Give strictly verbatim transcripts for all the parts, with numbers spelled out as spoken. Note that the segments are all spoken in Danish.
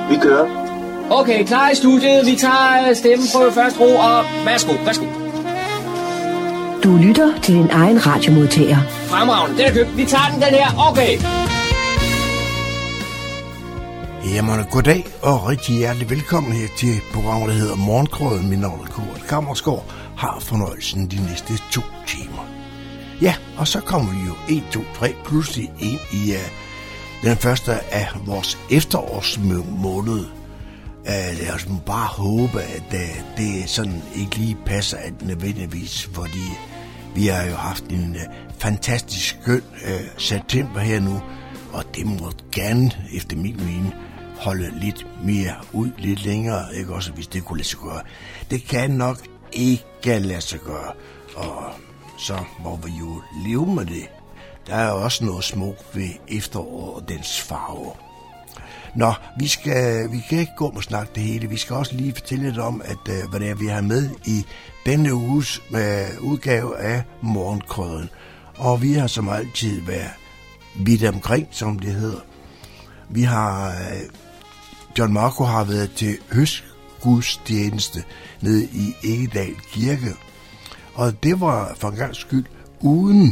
Vi kører. Okay, klar i studiet. Vi tager stemmen på første ro, og værsgo, værsgo. Du lytter til din egen radiomodtager. Fremragende, den er købt. Vi tager den, den her. Okay. Jamen, goddag og rigtig hjertelig velkommen her til programmet, der hedder Morgenkrøden. Min navn er Kurt Kammersgaard, har fornøjelsen de næste to timer. Ja, og så kommer vi jo en, to, tre pludselig ind i uh, den første af vores efterårsmåned. Uh, lad os bare håbe, at uh, det sådan ikke lige passer alt nødvendigvis, fordi vi har jo haft en uh, fantastisk skøn uh, september her nu, og det må gerne, efter min mening, holde lidt mere ud, lidt længere, ikke også, hvis det kunne lade sig gøre. Det kan nok ikke lade sig gøre, og så må vi jo leve med det. Der er også noget smukt ved efteråret og dens farve. Nå, vi, skal, vi kan ikke gå og snakke det hele. Vi skal også lige fortælle lidt om, at, uh, hvad det er, vi har med i denne uges uh, udgave af Morgenkrøden. Og vi har som altid været vidt omkring, som det hedder. Vi har... Uh, John Marco har været til høstgudstjeneste nede i Egedal Kirke. Og det var for en gang skyld uden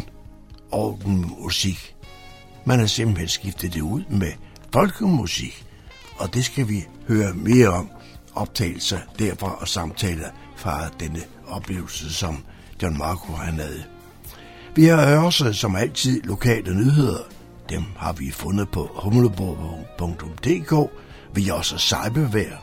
orgelmusik. Man har simpelthen skiftet det ud med folkemusik. Og det skal vi høre mere om. Optagelser derfra og samtaler fra denne oplevelse, som John Marco han havde. Vi har også som altid lokale nyheder. Dem har vi fundet på humleborg punktum d k. Vi er også cybervejr.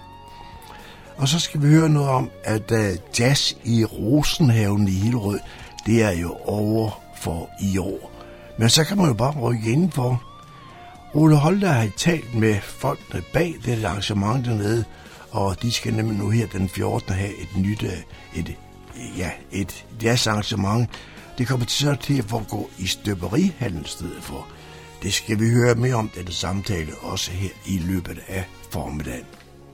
Og så skal vi høre noget om, at uh, jazz i Rosenhaven i Hillerød, det er jo over for i år. Men så kan man jo bare rykke indenfor. Ole Holder har talt med folkene bag det arrangement dernede, og de skal nemlig nu her den fjortende have et nyt, et, ja, et jazzarrangement. Det kommer så til at foregå i Støberihallen i stedet for. Det skal vi høre mere om, denne samtale, også her i løbet af formiddagen.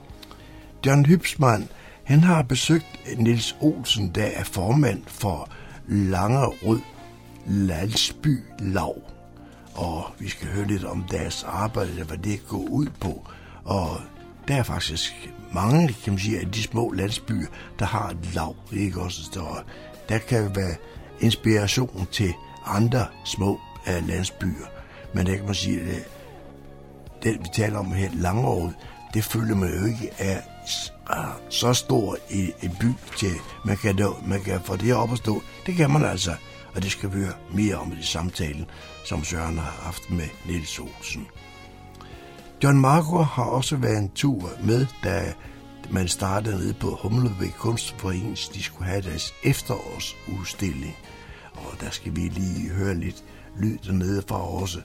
John Hybsmann, han har besøgt Niels Olsen, der er formand for Langerød Landsbylaug. Og vi skal høre lidt om deres arbejde, hvad det går ud på. Og der er faktisk mange, kan man sige, af de små landsbyer, der har et laug, ikke også? Der, der kan være inspiration til andre små uh, landsbyer. Men der kan man sige, at det, vi taler om her, Langerød, det føler man jo ikke er så stor en, en by til, man kan, man kan få det op at stå. Det kan man altså, og det skal vi høre mere om i samtalen, som Søren har haft med Niels Olsen. John Marco har også været en tur med, da man startede nede på Humlebæk Kunstforening, de skulle have deres efterårsudstilling. Og der skal vi lige høre lidt lyd dernede fra også.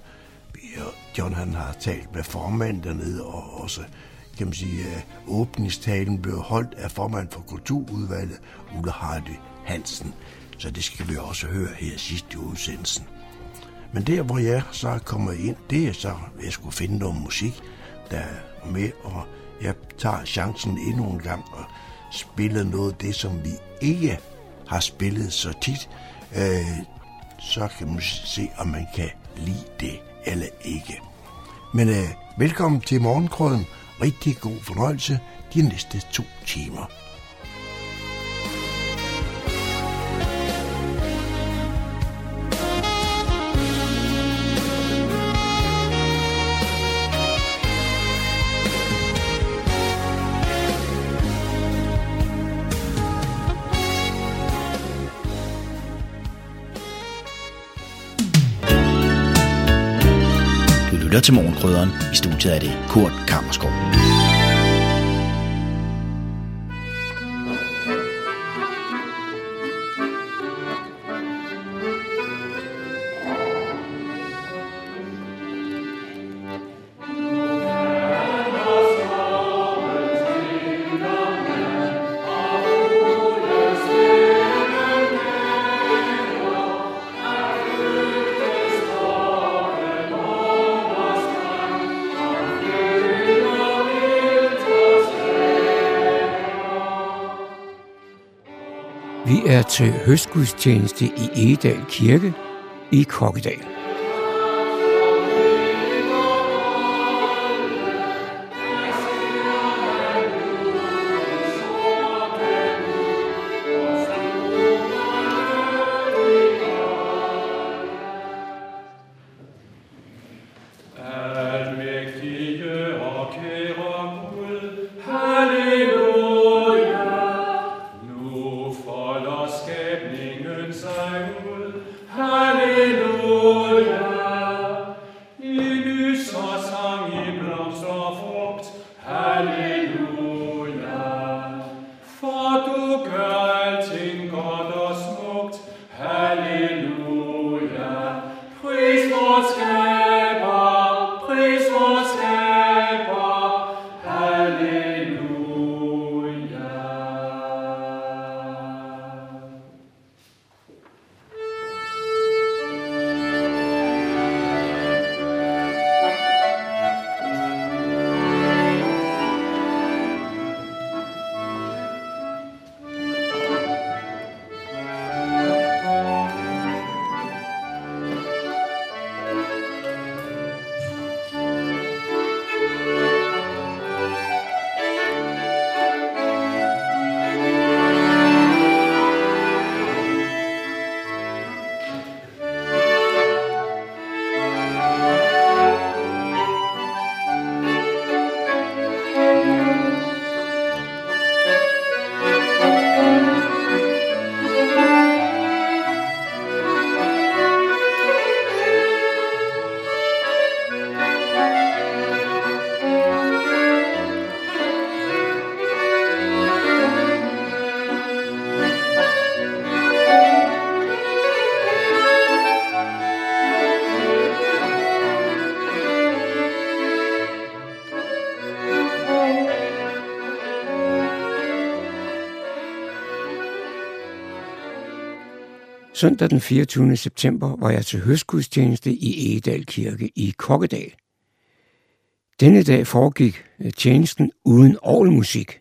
John han har talt med formanden dernede, og også, kan man sige, åbningstalen blev holdt af formanden for kulturudvalget, Ulle Hardy Hansen. Så det skal vi også høre her sidst i udsendelsen. Men der, hvor jeg så kommer ind, det er så, at jeg skulle finde noget musik, der er med, og jeg tager chancen endnu en gang og spiller noget af det, som vi ikke har spillet så tit. Øh, så kan man se, om man kan lide det eller ikke. Men øh, velkommen til Morgenkrøden. Rigtig god fornøjelse de næste to timer. Lytter til Morgenkrydderen. I studiet er det Kurt Kammersgaard. Vi er til høstgudstjeneste i Egedal Kirke i Kokkedal. Søndag den fireogtyvende september var jeg til høstgudstjeneste i Egedal Kirke i Kokkedal. Denne dag foregik tjenesten uden orgelmusik,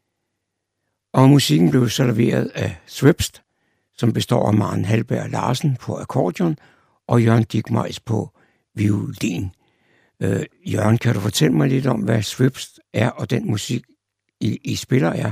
og musikken blev serveret af Svøbst, som består af Maren Halberg Larsen på akkordeon og Jørgen Dickmeis på violin. Øh, Jørgen, kan du fortælle mig lidt om, hvad Svøbst er, og den musik, I, I spiller er?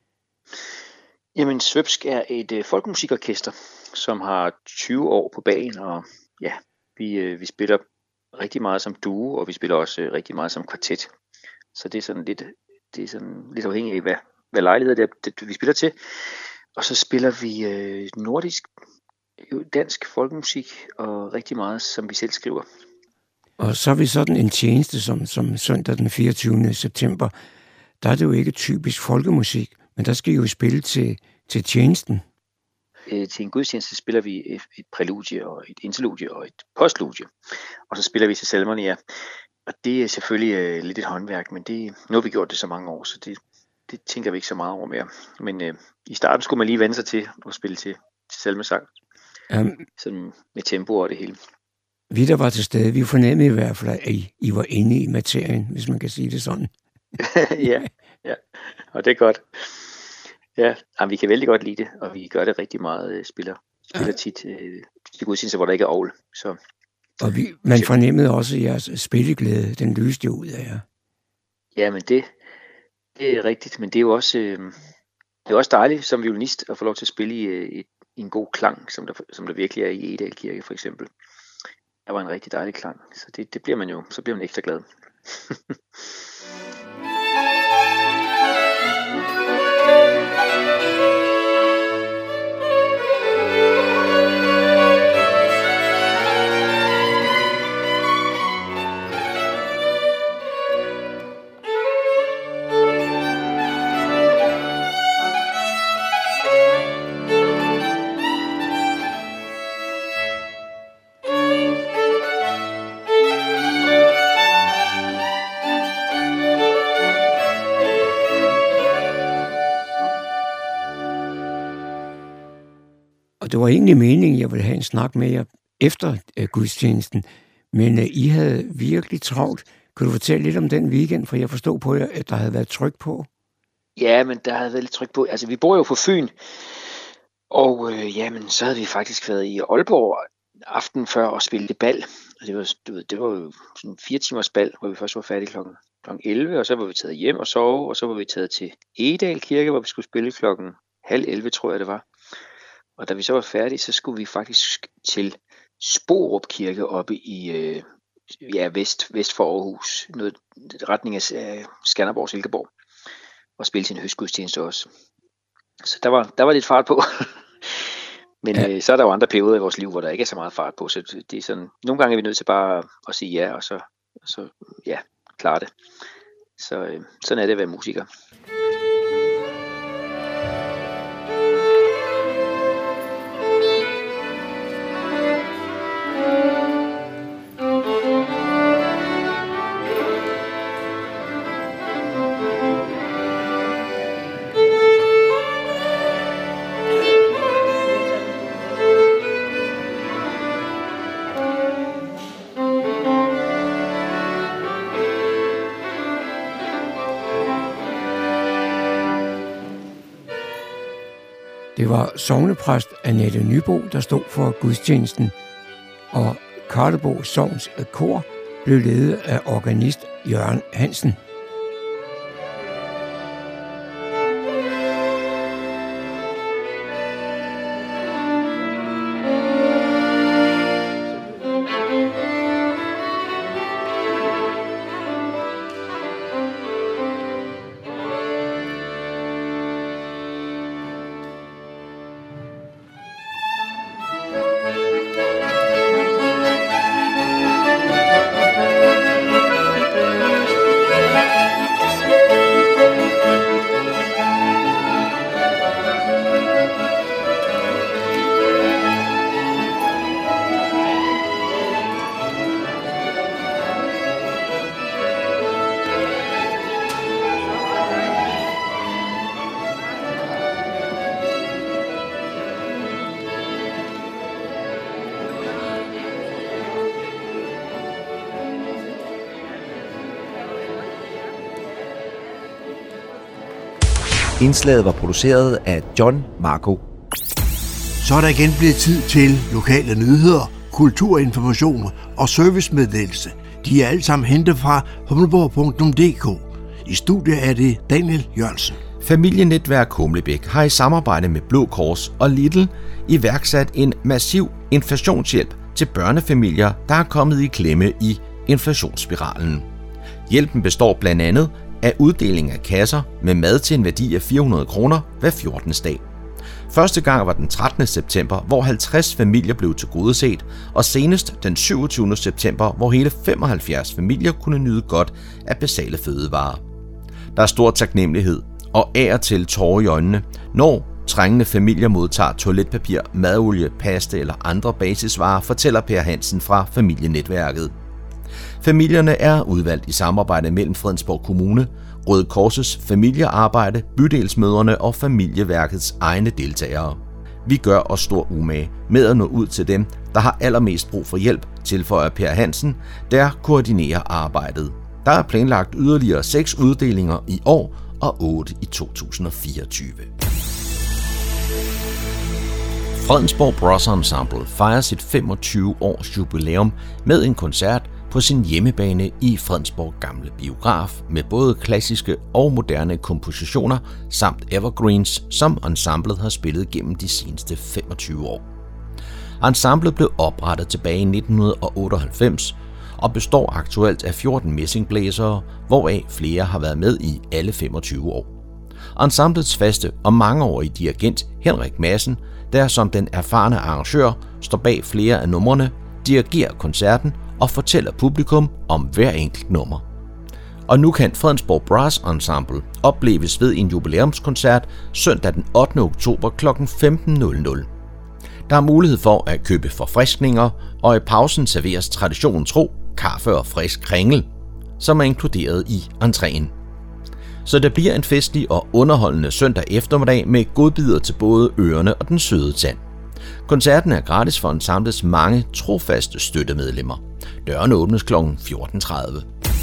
Jamen, Svøbsk er et øh, folkemusikorkester, som har tyve år på bagen, og ja, vi, øh, vi spiller rigtig meget som duo, og vi spiller også øh, rigtig meget som kvartet. Så det er sådan lidt, det er sådan lidt afhængigt af, hvad, hvad lejlighed det, det vi spiller til. Og så spiller vi øh, nordisk, dansk folkemusik, og rigtig meget, som vi selv skriver. Og så er vi sådan en tjeneste som, som søndag den fireogtyvende september. Der er det jo ikke typisk folkemusik, men der skal I jo spille til, til tjenesten. Øh, til en gudstjeneste spiller vi et, et præludie og et interludie og et postludie. Og så spiller vi til salmerne, ja. Og det er selvfølgelig øh, lidt et håndværk, men det, nu har vi gjort det så mange år, så det, det tænker vi ikke så meget over mere. Men øh, i starten skulle man lige vende sig til at spille til, til salmesang. Um, sådan med tempo og det hele. Vi, der var til stede, vi fornemmede i hvert fald, at I, I var inde i materien, hvis man kan sige det sådan. ja, ja, og det er godt. Ja, jamen, vi kan vældig godt lide det, og vi gør det rigtig meget. Spiller, spiller tit øh, til gudstjenester, hvor der ikke er orgel. Så. Og vi, man fornemmede også jeres spilleglæde, den lyste ud af jer. Ja, men det, det er rigtigt, men det er jo også, øh, det er også dejligt som violinist at få lov til at spille i, øh, i en god klang, som der, som der virkelig er i Egedal Kirke for eksempel. Der var en rigtig dejlig klang, så det, det bliver man jo, så bliver man ekstra glad. Det var egentlig meningen, at jeg ville have en snak med jer efter uh, gudstjenesten, men uh, I havde virkelig travlt. Kan du fortælle lidt om den weekend, for jeg forstod på jer, at der havde været tryk på? Ja, men der havde været lidt tryk på. Altså, vi bor jo på Fyn, og øh, jamen, så havde vi faktisk været i Aalborg aften før og spille bal. Og det var, du ved, det var jo sådan en fire timers bal, hvor vi først var færdige klokken elleve, og så var vi taget hjem og sove, og så var vi taget til Egedal Kirke, hvor vi skulle spille klokken halv elleve, tror jeg det var. Og da vi så var færdige, så skulle vi faktisk til Sporup Kirke oppe i øh, ja, vest, vest for Aarhus, noget retning af øh, Skanderborg, Silkeborg, og spille til en høstgudstjeneste også. Så der var, der var lidt fart på. Men ja. øh, så er der jo andre perioder i vores liv, hvor der ikke er så meget fart på, så det er sådan, nogle gange er vi nødt til bare at sige ja, og så, og så ja, klare det. Så øh, sådan er det at være musiker. Det var sognepræst Annette Nybo, der stod for gudstjenesten, og Karlebo Sogns kor blev ledet af organist Jørgen Hansen. Indslaget var produceret af John Marco. Så er der igen blevet tid til lokale nyheder, kulturinformation og servicemeddelelse. De er alle sammen hentet fra humleborg punktum d k. I studiet er det Daniel Jørgensen. Familienetværk Humlebæk har i samarbejde med Blå Kors og Lidl iværksat en massiv inflationshjælp til børnefamilier, der er kommet i klemme i inflationsspiralen. Hjælpen består blandt andet af uddeling af kasser med mad til en værdi af fire hundrede kroner hver fjortende dag. Første gang var den trettende september, hvor halvtreds familier blev tilgodeset, og senest den syvogtyvende september, hvor hele femoghalvfjerds familier kunne nyde godt af basale fødevarer. Der er stor taknemmelighed og af og til tårer i øjnene, når trængende familier modtager toiletpapir, madolie, pasta eller andre basisvarer, fortæller Per Hansen fra Familienetværket. Familierne er udvalgt i samarbejde mellem Fredensborg Kommune, Røde Korses familiearbejde, bydelsmødrene og Familieværkets egne deltagere. Vi gør os stor umage med at nå ud til dem, der har allermest brug for hjælp, tilføjer Per Hansen, der koordinerer arbejdet. Der er planlagt yderligere seks uddelinger i år og otte i to tusind og fireogtyve. Fredensborg Brass Ensemble fejrer sit femogtyve års jubilæum med en koncert på sin hjemmebane i Fredensborg Gamle Biograf med både klassiske og moderne kompositioner samt evergreens, som ensemblet har spillet gennem de seneste femogtyve år. Ensemblet blev oprettet tilbage i nitten otteoghalvfems og består aktuelt af fjorten messingblæsere, hvoraf flere har været med i alle femogtyve år. Ensemblets faste og mangeårige dirigent Henrik Madsen, der som den erfarne arrangør står bag flere af numrene, dirigerer koncerten og fortæller publikum om hver enkelt nummer. Og nu kan Fredensborg Brass Ensemble opleves ved en jubilæumskoncert søndag den ottende oktober klokken femten nul nul. Der er mulighed for at købe forfriskninger, og i pausen serveres traditionen tro kaffe og frisk kringel, som er inkluderet i entréen. Så det bliver en festlig og underholdende søndag eftermiddag med godbidder til både ørerne og den søde tand. Koncerten er gratis for ensemblets mange trofaste støttemedlemmer. Dørene åbnes klokken fjorten tredive.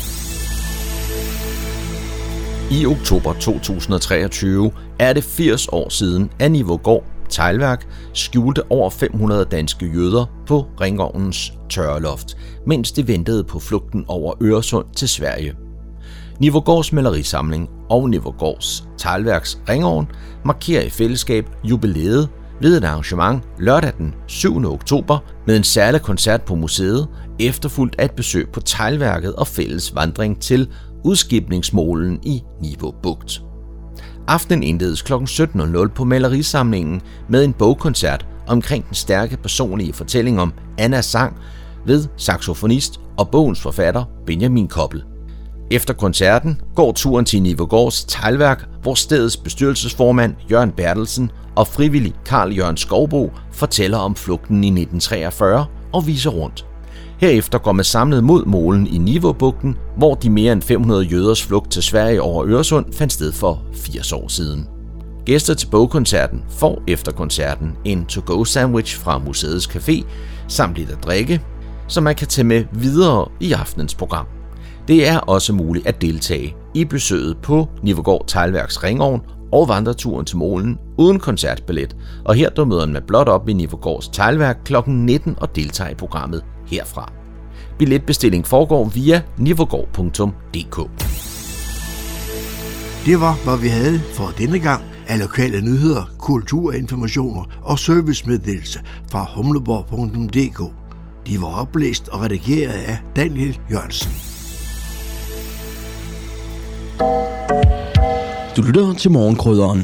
I oktober to tusind og treogtyve er det firs år siden, at Nivågård Teglværk skjulte over fem hundrede danske jøder på ringovnens tørreloft, mens de ventede på flugten over Øresund til Sverige. Nivågårds malerisamling og Nivågårds Teglværks ringovn markerer i fællesskab jubilæet ved et arrangement lørdag den syvende oktober med en særlig koncert på museet, efterfulgt af et besøg på teglværket og fælles vandring til udskibningsmålen i Nivå Bugt. Aftenen indledes klokken sytten nul nul på malerisamlingen med en bogkoncert omkring den stærke personlige fortælling om Annas sang ved saxofonist og bogens forfatter Benjamin Koppel. Efter koncerten går turen til Nivågårds Teglværk, hvor stedets bestyrelsesformand Jørgen Bertelsen og frivillig Carl Jørgen Skovbo fortæller om flugten i nitten treogfyrre og viser rundt. Herefter går man samlet mod molen i Nivåbugten, hvor de mere end fem hundrede jøders flugt til Sverige over Øresund fandt sted for firs år siden. Gæster til bogkoncerten får efter koncerten en to-go sandwich fra museets café samt lidt at drikke, som man kan tage med videre i aftenens program. Det er også muligt at deltage i besøget på Nivågård Teglværks ringovn og vandreturen til molen uden koncertbillet, og her du møder med blot op ved Nivogårds Teglværk klokken nitten og deltager i programmet herfra. Billetbestilling foregår via nivogård punktum d k. Det var, hvad vi havde for denne gang af lokale nyheder, kulturinformationer og servicemeddelelse fra humleborg punktum d k. De var oplæst og redigeret af Daniel Jørgensen. Du lytter til Morgenkrydderen.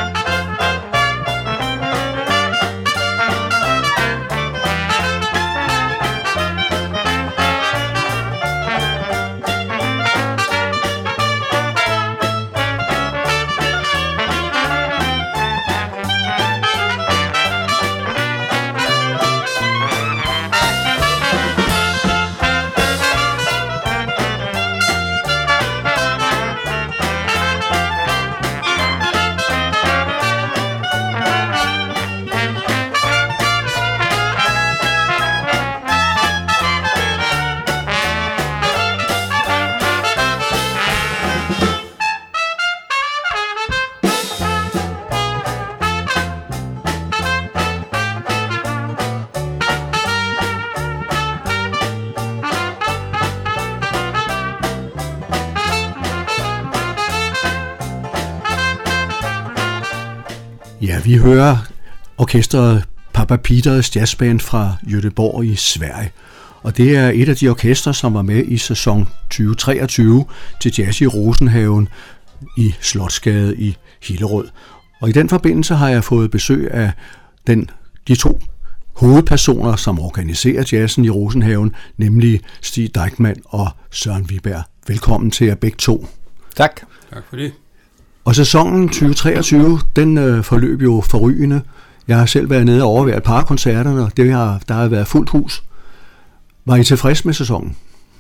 Ja, vi hører orkestret Papa Peters Jazzband fra Göteborg i Sverige. Og det er et af de orkestre, som var med i sæson tyve treogtyve til Jazz i Rosenhaven i Slotsgade i Hillerød. Og i den forbindelse har jeg fået besøg af den, de to hovedpersoner, som organiserer jazzen i Rosenhaven, nemlig Stig Deichmann og Søren Viberg. Velkommen til jer begge to. Tak. Tak for det. Og sæsonen tyve treogtyve, den øh, forløb jo forrygende. Jeg har selv været nede og overværet et par af koncerterne, og det har, der har været fuldt hus. Var I tilfreds med sæsonen?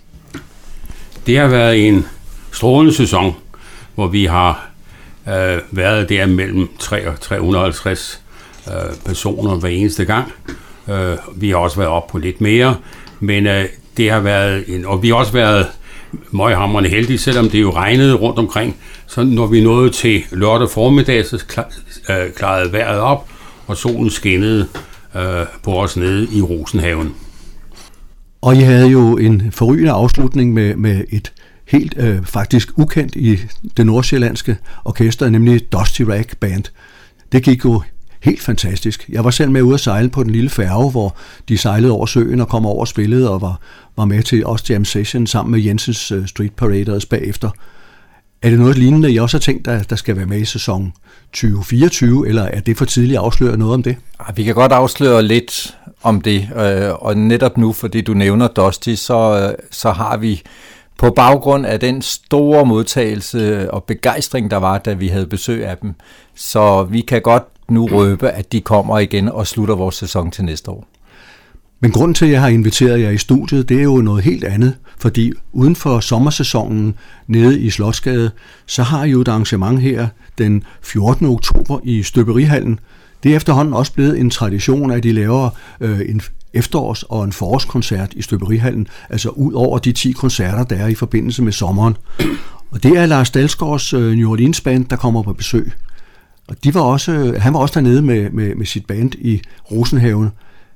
Det har været en strålende sæson, hvor vi har øh, været der mellem tre og tre hundrede og halvtreds øh, personer hver eneste gang. Øh, vi har også været op på lidt mere, men øh, det har været en, og vi har også været møghamrende heldige, selvom det jo regnede rundt omkring. Så når vi nåede til lørdag formiddag, så klarede vejret op, og solen skinnede øh, på os nede i Rosenhaven. Og I havde jo en forrygende afslutning med, med et helt øh, faktisk ukendt i det nordsjællandske orkester, nemlig Dusty Rag Band. Det gik jo helt fantastisk. Jeg var selv med ude at sejle på den lille færge, hvor de sejlede over søen og kom over og spillede, og var, var med til også jam session sammen med Jensens uh, Street Paraders bagefter. Er det noget lignende, I også har tænkt, at der skal være med i sæson tyve fireogtyve, eller er det for tidligt at afsløre noget om det? Vi kan godt afsløre lidt om det, og netop nu, fordi du nævner Dusty, så, så har vi på baggrund af den store modtagelse og begejstring, der var, da vi havde besøg af dem, så vi kan godt nu røbe, at de kommer igen og slutter vores sæson til næste år. Men grunden til, at jeg har inviteret jer i studiet, det er jo noget helt andet, fordi uden for sommersæsonen nede i Slotsgade, så har I jo et arrangement her den fjortende oktober i Støberihallen. Det er efterhånden også blevet en tradition, at de laver øh, en efterårs- og en forårskoncert i Støberihallen, altså ud over de ti koncerter, der er i forbindelse med sommeren. Og det er Lars Dalsgaards øh, New Orleans Band, der kommer på besøg. Og de var også, han var også dernede med, med, med sit band i Rosenhaven.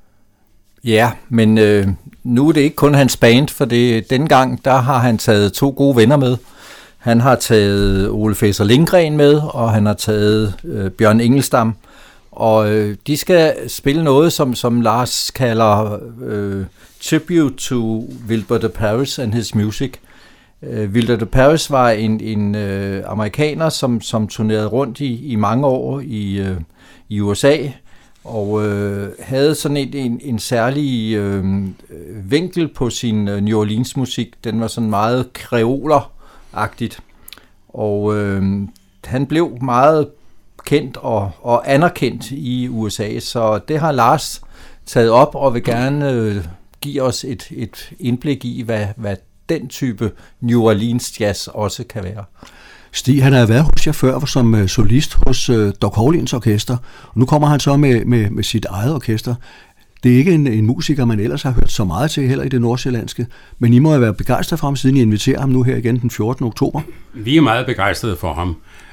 Ja, men øh, nu er det ikke kun hans band, for det, denne gang der har han taget to gode venner med. Han har taget Ole Fæser Lindgren med, og han har taget øh, Bjørn Engelstam. Og øh, de skal spille noget, som, som Lars kalder øh, Tribute to Wilbur de Paris and his music. Øh, Wilbur de Paris var en, en øh, amerikaner, som, som turnerede rundt i, i mange år i, øh, i U S A, og øh, havde sådan en, en, en særlig øh, vinkel på sin øh, New Orleans musik. Den var sådan meget kreoler-agtigt, og øh, han blev meget kendt og, og anerkendt i U S A, så det har Lars taget op og vil gerne øh, give os et, et indblik i, hvad, hvad den type New Orleans jazz også kan være. Stig, han har været hos jer før som solist hos uh, Doc Hollins orkester, og nu kommer han så med, med, med sit eget orkester. Det er ikke en, en musiker, man ellers har hørt så meget til, heller i det nordsjællandske, men I må have været begejstret for ham, siden I inviterer ham nu her igen den fjortende oktober. Vi er meget begejstrede for ham.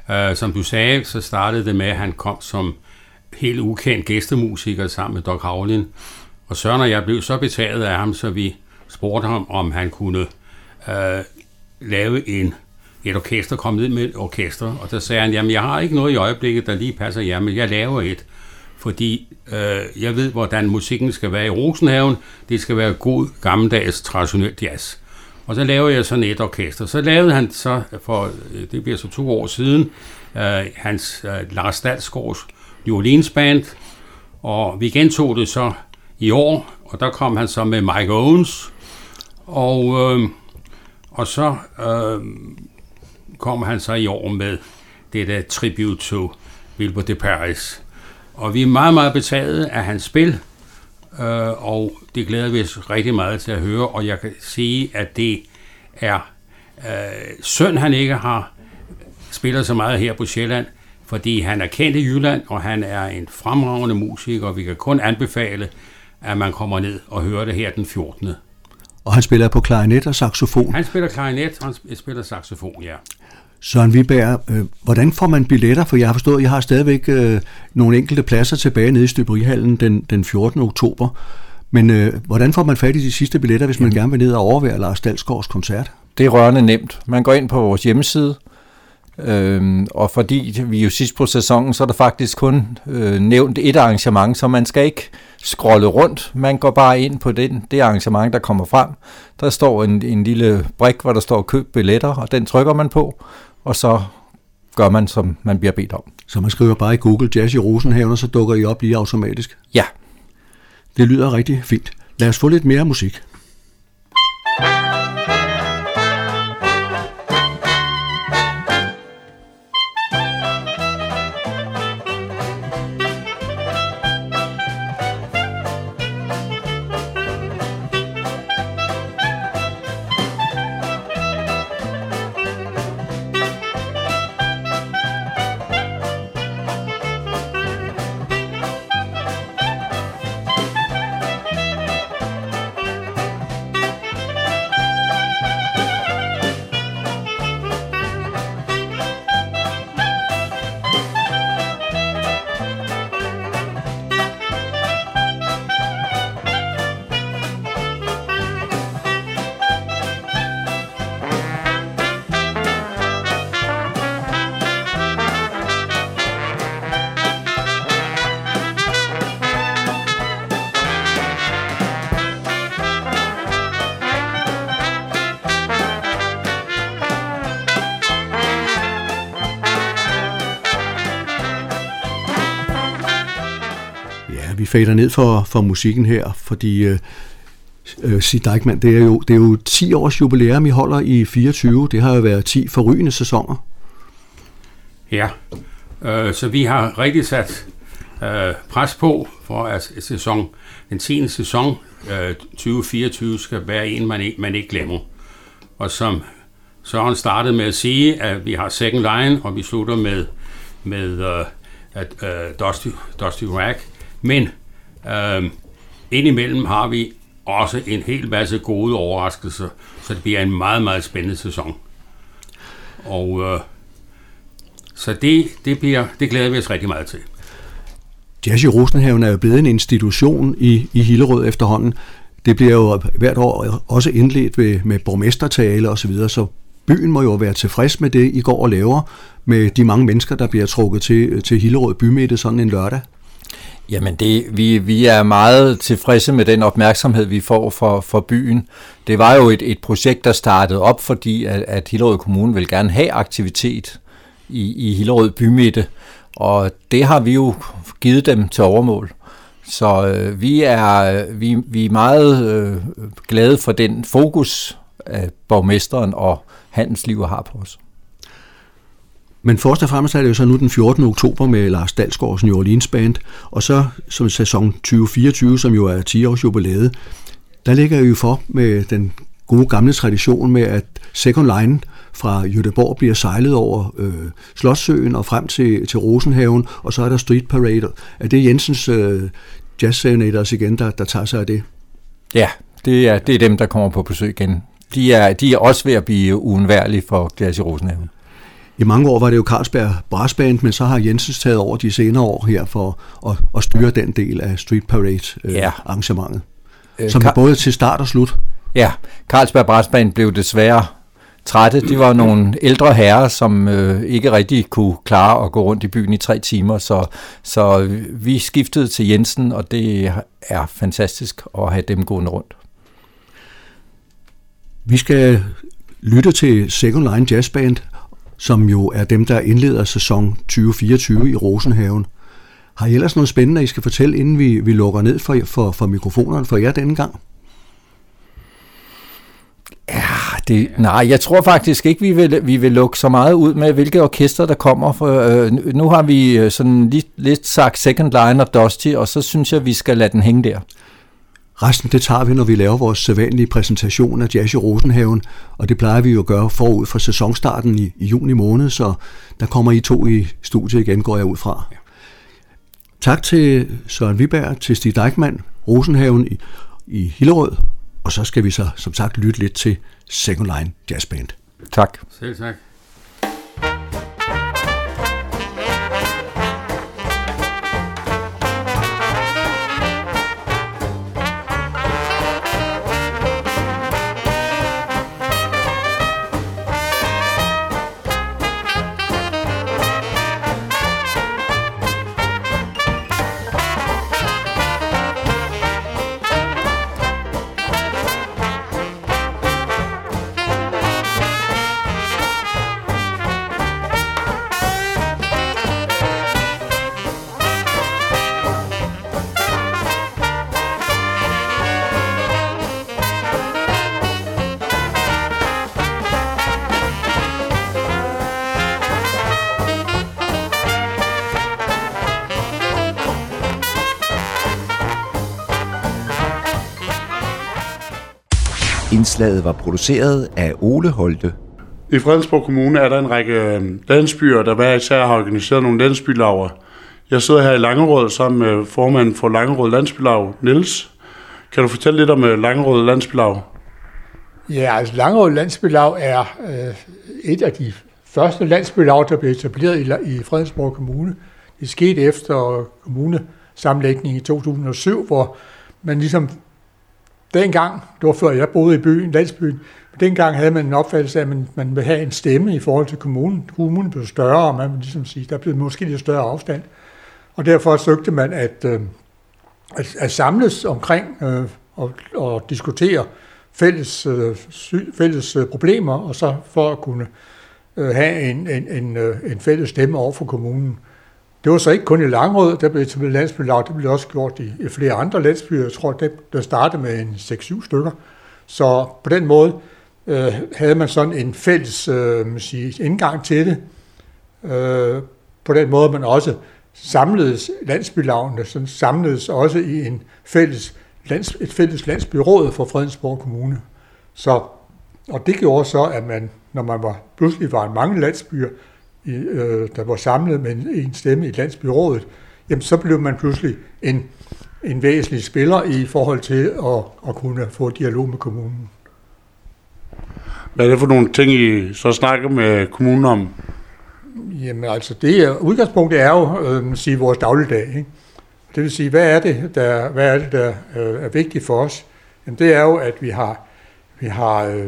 Uh, som du sagde, så startede det med, at han kom som helt ukendt gæstemusiker sammen med Doc Havlin. Og Søren og jeg blev så betaget af ham, så vi spurgte ham, om han kunne uh, lave en, et orkester, komme ned med et orkester. Og der sagde han, jamen jeg har ikke noget i øjeblikket, der lige passer jer, men jeg laver et. Fordi uh, jeg ved, hvordan musikken skal være i Rosenhaven. Det skal være god, gammeldags, traditionel jazz. Og så lavede jeg sådan et orkester. Så lavede han så, for det bliver så to år siden, uh, hans uh, Lars Dalsgaards New Orleans Band. Og vi gentog det så i år, og der kom han så med Mike Owens. Og, øh, og så øh, kom han så i år med det der tribute to Wilbur de Paris. Og vi er meget, meget betaget af hans spil, øh, og det glæder vi os rigtig meget til at høre, og jeg kan sige, at det er øh, synd, han ikke har spillet så meget her på Sjælland, fordi han er kendt i Jylland, og han er en fremragende musiker, og vi kan kun anbefale, at man kommer ned og hører det her den fjortende Og han spiller på klarinet og saxofon. Han spiller klarinet, og han spiller saxofon, ja. Søren Wiberg, øh, hvordan får man billetter? For jeg har forstået, at jeg har stadigvæk øh, nogle enkelte pladser tilbage nede i Støberihallen den, den fjortende oktober. Men øh, hvordan får man fat i de sidste billetter, hvis man Jamen. gerne vil ned og overvære Lars Dalsgaards koncert? Det er rørende nemt. Man går ind på vores hjemmeside, Øhm, og fordi vi er jo sidst på sæsonen, så er der faktisk kun øh, nævnt et arrangement, så man skal ikke scrolle rundt. Man går bare ind på den, det arrangement, der kommer frem. Der står en, en lille brik, hvor der står køb billetter, og den trykker man på, og så gør man, som man bliver bedt om. Så man skriver bare i Google Jazz i Rosenhaven, og så dukker I op lige automatisk? Ja. Det lyder rigtig fint. Lad os få lidt mere musik. Vi fader ned for, for musikken her, fordi øh, øh, Sid Deichmann, det er, jo, det er jo ti års jubilæum, I holder i fireogtyve. Det har jo været ti forrygende sæsoner. Ja, øh, så vi har rigtig sat øh, pres på, for at sæson, den tiende sæson øh, tyve fireogtyve skal være en, man ikke, man ikke glemmer. Og som Søren startede med at sige, at vi har second line, og vi slutter med, med øh, at, øh, Dusty, Dusty Rag. Men øh, indimellem har vi også en hel masse gode overraskelser, så det bliver en meget, meget spændende sæson. Og øh, så det, det, bliver, det glæder vi os rigtig meget til. Jazz i Rosenhaven er jo blevet en institution i, i Hillerød efterhånden. Det bliver jo hvert år også indledt ved, med borgmestertale og så videre, så byen må jo være tilfreds med det, I går og laver, med de mange mennesker, der bliver trukket til, til Hillerød bymidte sådan en lørdag. Jamen, det, vi, vi er meget tilfredse med den opmærksomhed, vi får for, for byen. Det var jo et, et projekt, der startede op, fordi at, at Hillerød Kommune vil gerne have aktivitet i, i Hillerød bymidte, og det har vi jo givet dem til overmål. Så øh, vi, er, vi, vi er meget øh, glade for den fokus, at borgmesteren og handelslivet har på os. Men først og fremmest er det jo så nu den fjortende oktober med Lars Dalsgaards New Orleans Band, og så som sæson tyve fireogtyve, som jo er ti års jubilæet, der ligger jo for med den gode gamle tradition med, at second line fra Göteborg bliver sejlet over øh, Slotssøen og frem til, til Rosenhaven, og så er der Street Parade. Er det Jensens øh, Jazz Serenaders igen, der, der tager sig af det? Ja, det er, det er dem, der kommer på besøg igen. De er, de er også ved at blive uundværlige for Jazz i Rosenhaven. I mange år var det jo Carlsberg Brass Band, men så har Jensens taget over de senere år her for at, at styre den del af Street Parade øh, ja. arrangementet, øh, som er både til start og slut. Ja, Carlsberg Brass Band blev desværre trætte. De var nogle ældre herrer, som øh, ikke rigtig kunne klare at gå rundt i byen i tre timer, så, så vi skiftede til Jensen, og det er fantastisk at have dem gående rundt. Vi skal lytte til Second Line Jazz Band, som jo er dem, der indleder sæson tyve fireogtyve i Rosenhaven. Har I ellers noget spændende, I skal fortælle, inden vi, vi lukker ned for, for, for mikrofonerne for jer denne gang? Ja, det, nej, jeg tror faktisk ikke, vi vil, vi vil lukke så meget ud med, hvilke orkester der kommer. For, øh, nu har vi sådan lidt, lidt sagt Second Line og Dusty, og så synes jeg, vi skal lade den hænge der. Resten, det tager vi, når vi laver vores sædvanlige præsentation af Jazz i Rosenhaven, og det plejer vi jo at gøre forud for sæsonstarten i, i juni måned, så der kommer I to i studiet igen, går jeg ud fra. Ja. Tak til Søren Viberg, til Stig Deichmann, Rosenhaven i, i Hillerød, og så skal vi så som sagt lytte lidt til Second Line Jazz Band. Tak. Selv tak. Indslaget var produceret af Ole Holte. I Fredensborg Kommune er der en række landsbyer, der hver især har organiseret nogle landsbylager. Jeg sidder her i Langerød sammen med formanden for Langerød Landsbylag, Niels. Kan du fortælle lidt om Langerød Landsbylag? Ja, altså Langerød Landsbylag er øh, et af de første landsbylag, der blev etableret i, i Fredensborg Kommune. Det skete efter kommunesammenlægningen i to tusind og syv, hvor man ligesom dengang, det var før jeg boede i byen, landsbyen, dengang havde man en opfattelse af, at man, man ville have en stemme i forhold til kommunen. Kommunen blev større, og man vil ligesom sige, der blev måske lidt større afstand. Og derfor søgte man at, øh, at, at samles omkring øh, og, og diskutere fælles, øh, fælles problemer, og så for at kunne øh, have en, en, en, en fælles stemme over for kommunen. Det var så ikke kun i Langerød, der blev etableret landsbylag, det blev også gjort i, i flere andre landsbyer. Jeg tror, det der startede med en seks syv stykker. Så på den måde øh, havde man sådan en fælles øh, sige, indgang til det. Øh, på den måde man også samledes landsbylagene, sådan samledes også i en fælles lands, et fælles landsbyråd for Fredensborg Kommune. Så, og det gjorde så, at man, når man var, pludselig var en mange landsbyer, I, øh, der var samlet med en, en stemme i landsbyrådet, jamen så blev man pludselig en, en væsentlig spiller i forhold til at, at kunne få dialog med kommunen. Hvad er det for nogle ting, I så snakker med kommunen om? Jamen altså, det er, udgangspunktet er jo øh, sige, vores dagligdag. Ikke? Det vil sige, hvad er det, der, hvad er, det, der øh, er vigtigt for os? Jamen det er jo, at vi har, vi har, øh,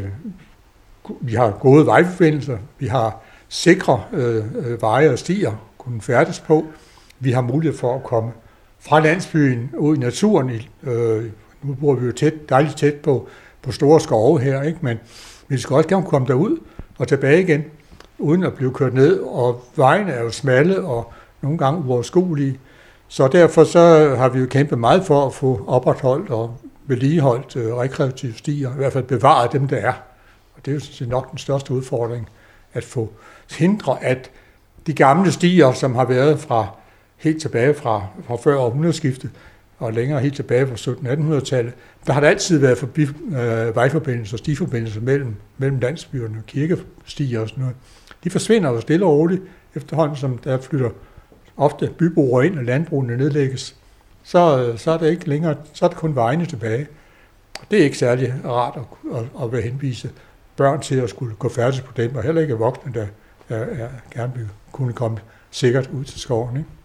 vi har gode vejforbindelser, vi har sikre øh, veje og stier kunne færdes på. Vi har mulighed for at komme fra landsbyen ud i naturen. Øh, nu bor vi jo tæt, dejligt tæt på, på store skove her, ikke? Men vi skal også gerne komme derud og tilbage igen, uden at blive kørt ned. Og vejene er jo smalle og nogle gange uoverskuelige. Så derfor så har vi jo kæmpet meget for at få opretholdt og vedligeholdt øh, rekreative stier, i hvert fald bevaret dem, der er. Og det er jo sådan nok den største udfordring, at få hindre, at de gamle stier, som har været fra helt tilbage fra, fra før århundredeskiftet, og længere helt tilbage fra sytten attenhundredetallet, der har der altid været forbi, øh, vejforbindelser og stiforbindelser mellem, mellem landsbyerne, kirkestier og sådan noget. De forsvinder jo stille og roligt efterhånden, som der flytter ofte byboer ind, og landbrugene nedlægges. Så, så er det ikke længere, så er det kun vejene tilbage. Det er ikke særlig rart at, at, at være henvise børn til at skulle gå færdig på dem, og heller ikke voksne, der er, er, gerne vil kunne komme sikkert ud til skoven. Ikke?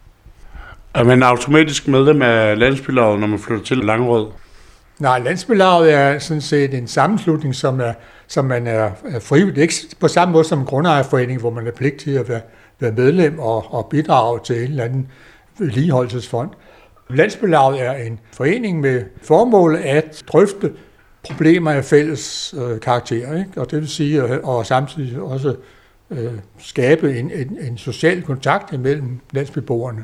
Er man automatisk medlem af landsbylaget, når man flytter til Langerød? Nej, landsbylaget er sådan set en sammenslutning, som, er, som man er, er frivillig. Ikke på samme måde som en grundejerforening, hvor man er pligt til at være, være medlem og, og bidrage til en eller anden vedligeholdelsesfond. Landsbylaget er en forening med formål at drøfte problemer af fælles øh, karakter, ikke? Og det vil sige, at, og samtidig også øh, skabe en, en, en social kontakt mellem landsbyboerne.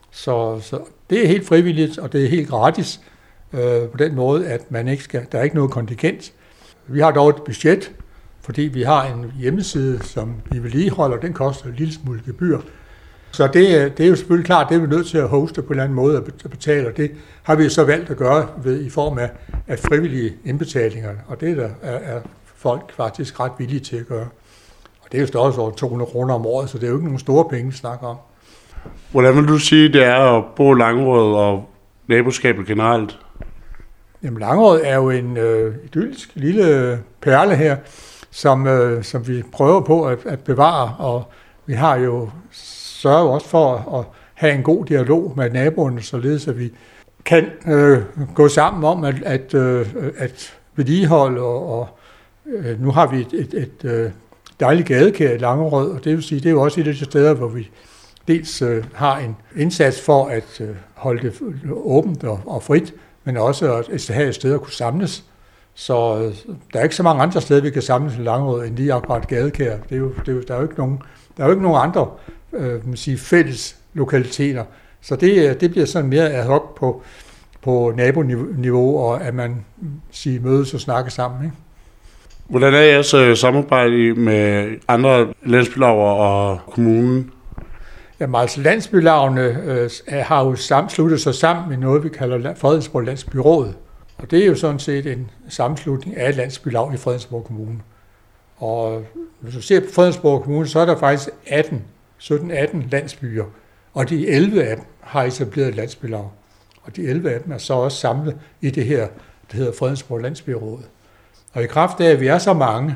Så, så det er helt frivilligt, og det er helt gratis øh, på den måde, at man ikke skal, der er ikke noget kontingent. Vi har dog et budget, fordi vi har en hjemmeside, som vi vedligeholder, den koster en lille smule gebyr. Så det, det er jo selvfølgelig klart, det er vi nødt til at hoste på en eller anden måde at betale, og det har vi så valgt at gøre ved, i form af, af frivillige indbetalinger, og det der er, er folk faktisk ret villige til at gøre. Og det er jo størrelse over to hundrede kroner om året, så det er jo ikke nogen store penge, vi snakker om. Hvordan vil du sige, det er at bo i Langerød og naboskabet generelt? Jamen, Langerød er jo en øh, idyllisk lille perle her, som, øh, som vi prøver på at, at bevare, og vi har jo sørget også for at have en god dialog med naboerne, således at vi kan øh, gå sammen om at, at, øh, at vedligeholde, og, og øh, nu har vi et, et, et øh, dejligt gadekær i Langerød, og det vil sige, det er jo også et af de steder, hvor vi dels øh, har en indsats for at øh, holde det åbent og, og frit, men også at have et sted at kunne samles. Så øh, der er ikke så mange andre steder, vi kan samles i Langerød, end lige akkurat gadekær. Det er jo, det er jo, der er jo ikke nogen, der er jo ikke nogen andre øh, man siger, fælles lokaliteter. Så det, det bliver sådan mere ad hoc på, på naboniveau, og at man siger, mødes og snakke sammen. Ikke? Hvordan er jeres øh, samarbejde med andre landsbylager og kommunen? Jamen altså, landsbylagene øh, har jo sammensluttet sig sammen med noget, vi kalder Fredensborg Landsbyråd. Og det er jo sådan set en sammenslutning af landsbylag i Fredensborg Kommune. Og hvis du ser på Fredensborg Kommune, så er der faktisk atten, sytten atten landsbyer, og de elleve af dem har etableret et landsbylag. Og de elleve af dem er så også samlet i det her, der hedder Fredensborg Landsbyråd. Og i kraft af, at vi er så mange,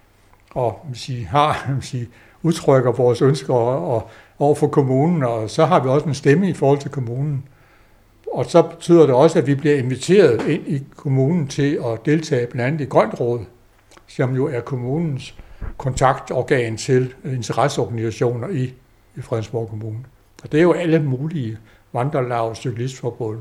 og man siger, har, man siger, udtrykker vores ønsker og, over for kommunen, og så har vi også en stemme i forhold til kommunen. Og så betyder det også, at vi bliver inviteret ind i kommunen til at deltage blandt andet i Grønt Råd, som jo er kommunens kontaktorgan til interesseorganisationer i, i Fredensborg Kommune. Og det er jo alle mulige vandrelaug, cyklistforbund,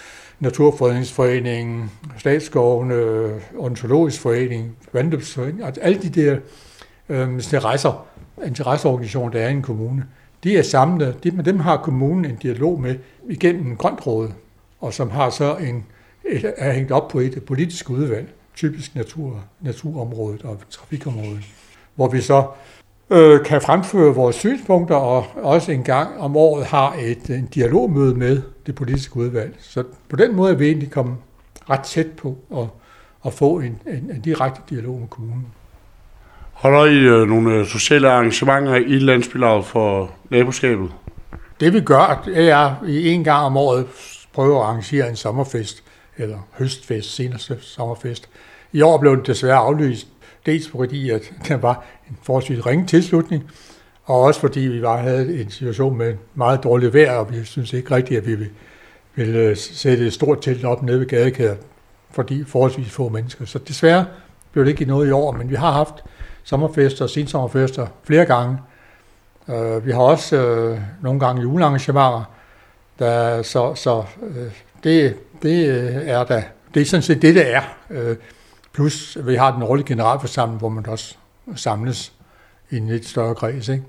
Naturfredningsforeningen, Statsskovene, Ornitologisk Forening, Vandløbsforening, altså alle de der øh, interesser, interesseorganisationer, der er i en kommune, de er samlet, de, med dem har kommunen en dialog med igennem Grønt Råd, og som har så en, et, er hængt op på et politisk udvalg, typisk natur, naturområdet og trafikområdet, hvor vi så øh, kan fremføre vores synspunkter, og også en gang om året har et en dialogmøde med det politiske udvalg. Så på den måde er vi egentlig kommet ret tæt på at, at få en, en, en direkte dialog med kommunen. Holder I øh, nogle sociale arrangementer i landsbylaget for naboskabet? Det vi gør, det er, at vi en gang om året prøver at arrangere en sommerfest, eller høstfest, seneste sommerfest. I år blev det desværre aflyst, dels fordi at der var en forholdsvis ringe tilslutning, og også fordi vi bare havde en situation med meget dårligt vejr, og vi synes ikke rigtigt, at vi ville, ville sætte et stort telt op nede ved gadekæret, fordi forholdsvis få mennesker. Så desværre blev det ikke noget i år, men vi har haft sommerfester og sensommerfester flere gange. Uh, vi har også uh, nogle gange julearrangementer, der, så, så uh, det, det er da, det er sådan set det, det er. Uh, plus vi har den årlige generalforsamling, hvor man også samles i en lidt større kreds, ikke?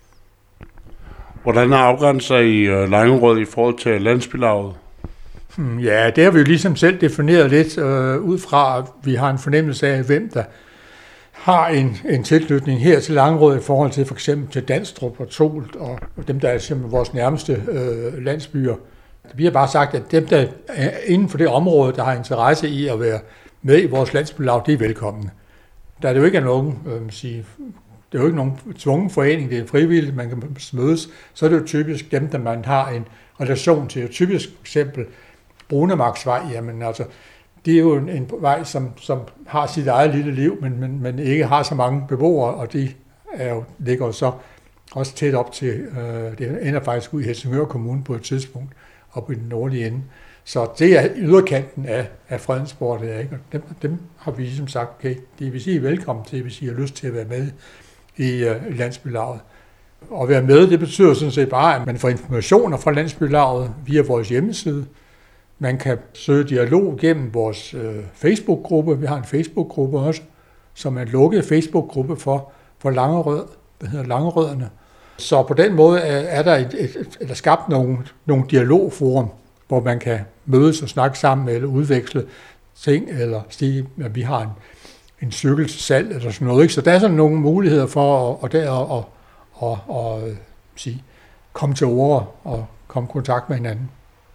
Hvordan er afgrænser I uh, Langerød i forhold til landsbylaget? Hmm, ja, det har vi jo ligesom selv defineret lidt uh, ud fra, at vi har en fornemmelse af, hvem der har en, en tilknytning her til Langerød i forhold til for eksempel til Danstrup og Tolt og dem, der er simpelthen vores nærmeste øh, landsbyer. Vi har bare sagt, at dem, der er inden for det område, der har interesse i at være med i vores landsbylag, de er velkomne. Der er det jo ikke nogen, øh, sige, det er jo ikke nogen tvungen forening, det er frivilligt, man kan mødes, så er det jo typisk dem, der man har en relation til. Typisk for eksempel Brunemarksvej, jamen altså, det er jo en, en vej, som, som har sit eget lille liv, men, men, men ikke har så mange beboere, og de er jo, ligger jo så også tæt op til, øh, det ender faktisk ud i Helsingør Kommune på et tidspunkt, op i den nordlige ende. Så det er yderkanten af, af Fredensborg, det er, ikke? Og dem, dem har vi som sagt, okay, det vil sige velkommen til, hvis I har lyst til at være med i, uh, i landsbylaget. Og at være med, det betyder sådan set bare, at man får informationer fra landsbylaget via vores hjemmeside. Man kan søge dialog gennem vores øh, Facebook-gruppe. Vi har en Facebook-gruppe også, som er en lukket Facebook-gruppe for, for Langerød, der hedder Langerødderne. Så på den måde er, er der et, et, et, eller skabt nogle, nogle dialogforum, hvor man kan mødes og snakke sammen eller udveksle ting, eller sige, at vi har en, en cykel til salg eller sådan noget. Ikke? Så der er sådan nogle muligheder for at, og der, at, at, at, at sige, komme til ord og komme i kontakt med hinanden.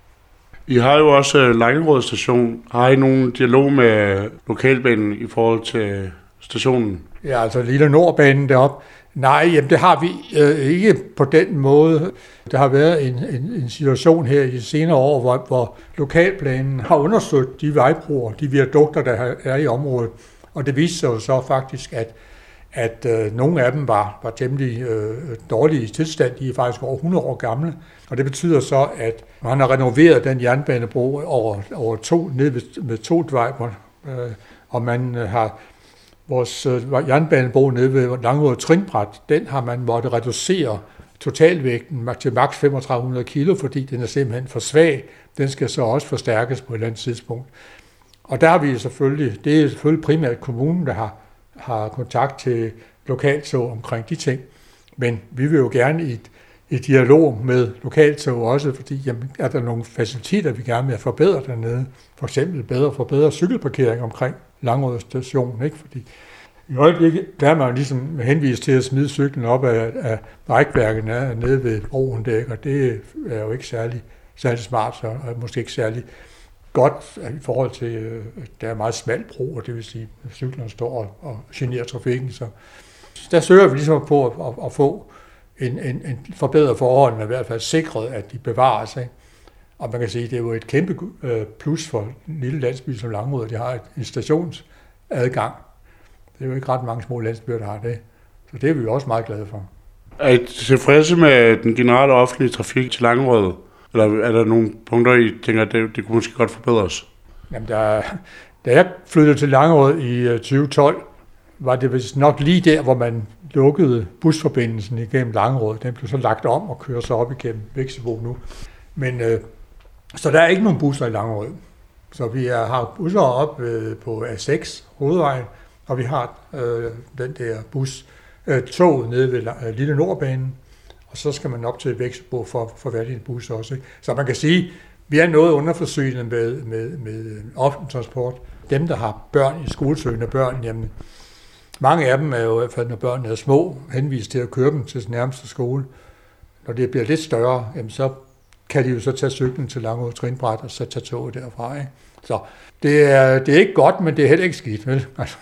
I har jo også Langerød station. Har I nogen dialog med lokalbanen i forhold til stationen? Ja, altså Lille Nordbanen deroppe. Nej, jamen det har vi øh, ikke på den måde. Der har været en, en, en situation her i de senere år, hvor, hvor lokalplanen har undersøgt de vejbroer, de viadukter, der er i området. Og det viste sig jo så faktisk, at, at øh, nogle af dem var, var temmelig øh, dårlige i tilstand. De er faktisk over hundrede år gamle. Og det betyder så, at man har renoveret den jernbanebro over, over to, ned ved, med Togtvej, øh, og man har vores øh, jernbanebro nede ved Langerød Trinbræt, den har man måttet reducere totalvægten til maks femogtredive hundrede kilo, fordi den er simpelthen for svag. Den skal så også forstærkes på et eller andet tidspunkt. Og der har vi selvfølgelig, det er selvfølgelig primært kommunen, der har, har kontakt til lokaltog omkring de ting. Men vi vil jo gerne i et, i dialog med lokaltog også, fordi jamen, er der nogle faciliteter, vi gerne vil forbedre dernede. For eksempel bedre forbedre cykelparkering omkring Langerød station, ikke? Fordi i øjeblikket, der er man ligesom henvist til at smide cyklen op af, af rækværket nede ved broen der, og det er jo ikke særlig, særlig smart, så er måske ikke særlig godt i forhold til, at der er meget smal bro, og det vil sige, at cyklerne står og, og generer trafikken. Så der søger vi ligesom på at, at, at få en, en, en forbedret forholdene, i hvert fald sikret, at de bevarer sig. Og man kan sige, at det er jo et kæmpe plus for en lille landsby som Langerød, at de har en stationsadgang. Det er jo ikke ret mange små landsbyer, der har det. Så det er vi jo også meget glade for. Er I tilfredse med den generelle offentlige trafik til Langerød? Eller er der nogle punkter, I tænker, at det, det kunne måske godt forbedres? Jamen, der, da jeg flyttede til Langerød i tyve tolv, var det vist nok lige der, hvor man lukkede busforbindelsen igennem Langerød. Den blev så lagt om og kører så op igennem Veksebo nu. Men øh, så der er ikke nogen busser i Langerød. Så vi er, har busser op øh, på A seks, hovedvejen, og vi har øh, den der bus, øh, toget nede ved øh, Lille Nordbanen, og så skal man op til Veksebo for, for at en bus også. Ikke? Så man kan sige, vi er noget underforsynet med, med, med offentlig transport. Dem, der har børn i skolesøgende børn, jamen, mange af dem er jo i hvert fald, når børnene er små, henvist til at køre dem til nærmeste skole. Når det bliver lidt større, jamen, så kan de jo så tage cyklen til Langerød Trinbræt og så tage toget derfra. Ikke? Så det er, det er ikke godt, men det er heller ikke skidt, vel? Altså.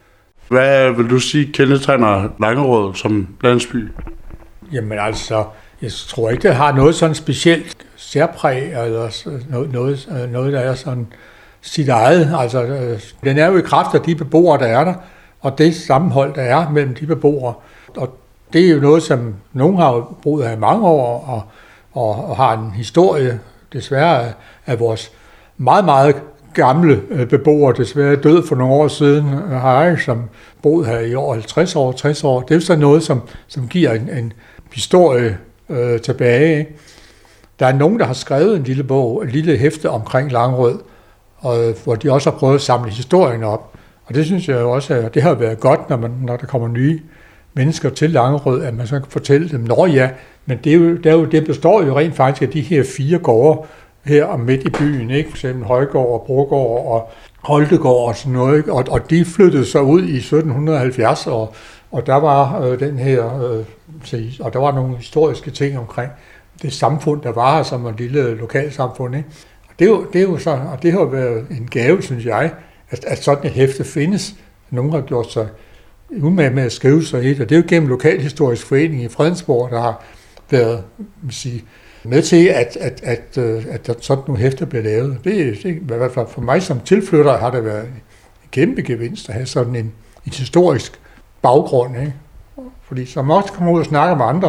Hvad vil du sige kendetegner Langerød som landsby? Jamen altså, jeg tror ikke, det har noget sådan specielt særpræg, eller noget, noget, noget der er sådan sit eget. Altså, den er jo i kraft af de beboere, der er der, og det sammenhold, der er mellem de beboere. Og det er jo noget, som nogen har boet her i mange år, og, og, og har en historie, desværre, af vores meget, meget gamle beboere, desværre død for nogle år siden, har jeg, som boet her i over halvtreds år, tres år. Det er jo sådan noget, som, som giver en, en historie øh, tilbage. Ikke? Der er nogen, der har skrevet en lille bog, en lille hæfte omkring Langerød, og, hvor de også har prøvet at samle historien op. Og det synes jeg jo også, at det har været godt, når, man, når der kommer nye mennesker til Langerød, at man så kan fortælle dem, nå ja, men det, er jo, det, er jo, det består jo rent faktisk af de her fire gårde her midt i byen, ikke? For eksempel Højgård og Brogård og Holtegård og sådan noget, ikke? Og, og de flyttede så ud i sytten halvfjerds, og, og der var øh, den her, øh, se, og der var nogle historiske ting omkring det samfund, der var her, som var et lille lokalsamfund, ikke? Og det er jo, det er jo så, og det har været en gave, synes jeg, at, at sådan et hæfte findes. Nogen har gjort sig umage med at skrive sig i det, og det er jo gennem Lokalhistorisk Forening i Fredensborg, der har været, sige, med til, at, at, at, at, at sådan nogle hæfter bliver lavet. Det, det, i hvert fald for mig som tilflytter har det været en kæmpe gevinst at have sådan en, en historisk baggrund. Ikke? Fordi så man også kommer ud og snakker med andre,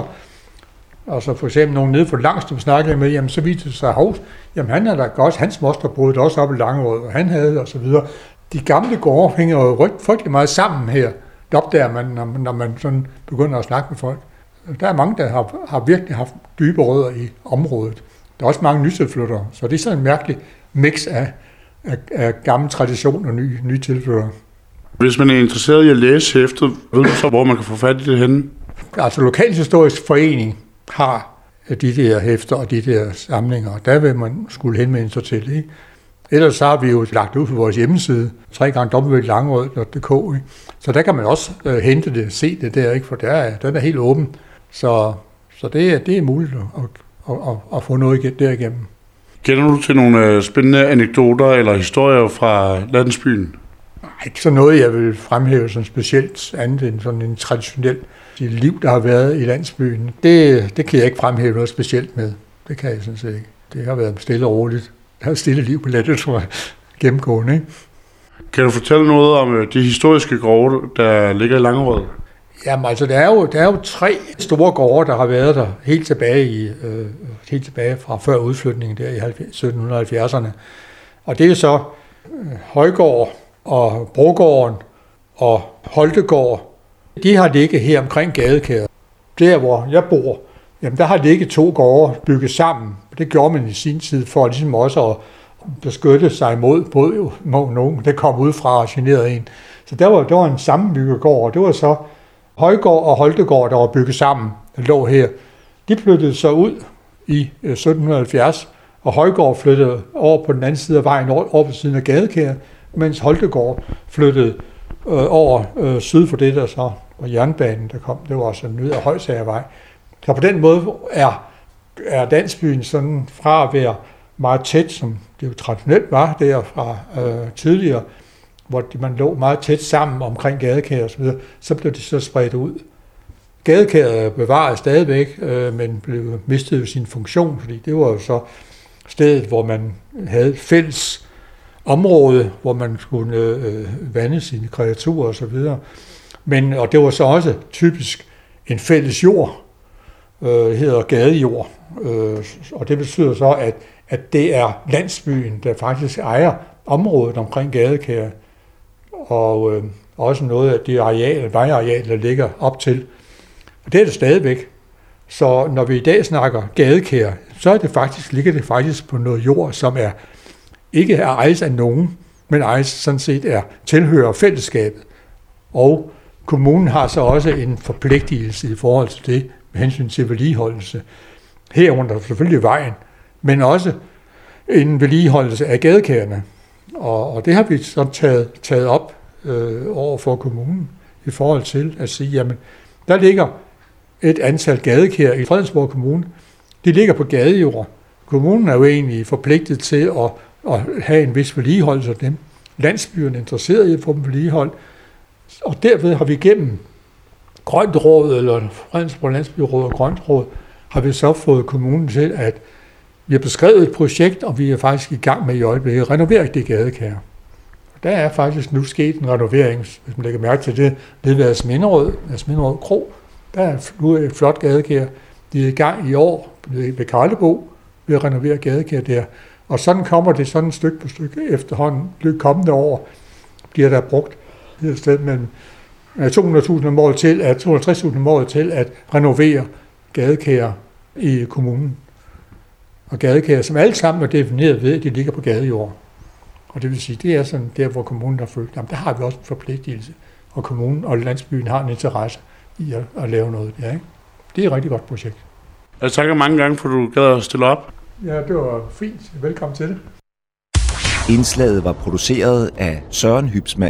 altså for eksempel nogen nede for Langstrup snakker med, jamen så viser det sig, at jamen han er da godt, hans moster boede også oppe i Langerød, og han havde og så videre. De gamle gårde hænger jo frygtelig meget sammen her. Det opdager man, når, når man sådan begynder at snakke med folk. Der er mange, der har, har virkelig haft dybe rødder i området. Der er også mange nytilflyttere, så det er sådan en mærkelig mix af, af, af gammel tradition og nye, nye tilflyttere. Hvis man er interesseret i at læse hæftet, ved du så, hvor man kan få fat i det henne? Altså Lokalhistorisk Forening har de der hæfter og de der samlinger, og der vil man skulle henvende sig til. Ikke? Ellers så har vi jo lagt ud på vores hjemmeside, tre gange w punktum langerød punktum d k, så der kan man også øh, hente det, se det der, ikke? For der er, den er helt åben. Så, så det, er, det er muligt at, at, at, at få noget derigennem. Kender du til nogle øh, spændende anekdoter eller historier fra landsbyen? Ikke så noget, jeg vil fremhæve som specielt andet end sådan en traditionel liv, der har været i landsbyen. Det, det kan jeg ikke fremhæve noget specielt med. Det kan jeg sådan set ikke. Det har været stille og roligt. Jeg har stille liv på landet, tror jeg, gennemgående. Ikke? Kan du fortælle noget om de historiske gårde, der ligger i Langerød? Jamen altså, der er jo, der er jo tre store gårde, der har været der helt tilbage, i, øh, helt tilbage fra før udflytningen der i sytten halvfjerdserne. Og det er så øh, Højgård og Brogården og Holtegård. De har ligget her omkring Gadekær. Der, hvor jeg bor, jamen der har ligget to gårde bygget sammen. Det gjorde man i sin tid for ligesom også at beskytte sig mod, mod, mod nogen, der kom ud fra og generede en. Så der var, der var en sammenbygget gård, og det var så Højgård og Holtegård, der var bygget sammen, der lå her. De flyttede så ud i sytten halvfjerds, og Højgård flyttede over på den anden side af vejen, over, over på siden af Gadekær, mens Holtegård flyttede øh, over øh, syd for det, der så var jernbanen, der kom. Det var også ned ad Højsagervej. Så på den måde er, er landsbyen sådan fra at være meget tæt, som det jo traditionelt var der fra øh, tidligere, hvor man lå meget tæt sammen omkring Gadekær og så videre, så blev det så spredt ud. Gadekær bevarede stadigvæk, øh, men blev mistet sin funktion, fordi det var jo så stedet, hvor man havde et fælles område, hvor man skulle øh, vande sine kreaturer og så videre. Men, og det var så også typisk en fælles jord, øh, hedder gadejord, øh, og det betyder så, at, at det er landsbyen, der faktisk ejer området omkring Gadekær, og øh, også noget af det areal, vejareal, der ligger op til. Og det er det stadigvæk. Så når vi i dag snakker Gadekær, så er det faktisk, ligger det faktisk på noget jord, som er ikke er ejes af nogen, men ejes sådan set er tilhører fællesskabet. Og kommunen har så også en forpligtelse i forhold til det med hensyn til vedligeholdelse. Herunder selvfølgelig vejen, men også en vedligeholdelse af gadekærne. Og, og det har vi så taget, taget op øh, over for kommunen i forhold til at sige, jamen der ligger et antal gadekær i Fredensborg Kommune. De ligger på gadejord. Kommunen er jo egentlig forpligtet til at, at have en vis vedligeholdelse af dem. Landsbyen er interesseret i at få dem vedligeholdt. Og derved har vi gennem Grønt Råd, eller Fredensborg Landsbyråd og Grønt Råd, har vi så fået kommunen til, at vi har beskrevet et projekt, og vi er faktisk i gang med i øjeblikket at renovere det gadekær. Der er faktisk nu sket en renovering, hvis man lægger mærke til det, nede ved Asminderød, Asminderød Kro. Der er nu et flot gadekær. De er i gang i år ved Karlebo ved at renovere gadekær der. Og sådan kommer det sådan stykke på stykke efterhånden. Det kommende år bliver der brugt et sted mellem to hundrede tusind om året til, at to hundrede og tres tusind om året til at renovere gadekær i kommunen. Og gadekær, som alle sammen er defineret ved, at de ligger på gadejord. Og det vil sige, det er sådan der, hvor kommunen har følt, jamen der har vi også en forpligtelse, og kommunen og landsbyen har en interesse i at, at lave noget der, ikke? Det er et rigtig godt projekt. Jeg takker mange gange, for du gad at stille op. Ja, det var fint. Velkommen til det. Indslaget var produceret af Søren Hybsmand.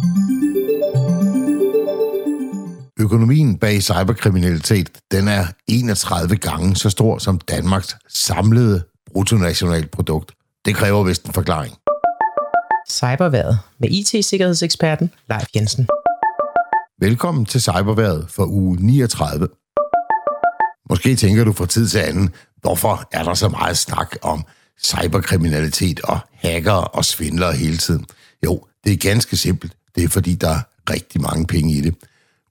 Økonomien bag cyberkriminalitet, den er enogtredive gange så stor som Danmarks samlede bruttonationalprodukt. Det kræver vist en forklaring. Cyberværet med I T-sikkerhedseksperten Leif Jensen. Velkommen til Cyberværet for uge niogtredive. Måske tænker du fra tid til anden, hvorfor er der så meget snak om cyberkriminalitet og hacker og svindlere hele tiden? Jo, det er ganske simpelt. Det er fordi, der er rigtig mange penge i det.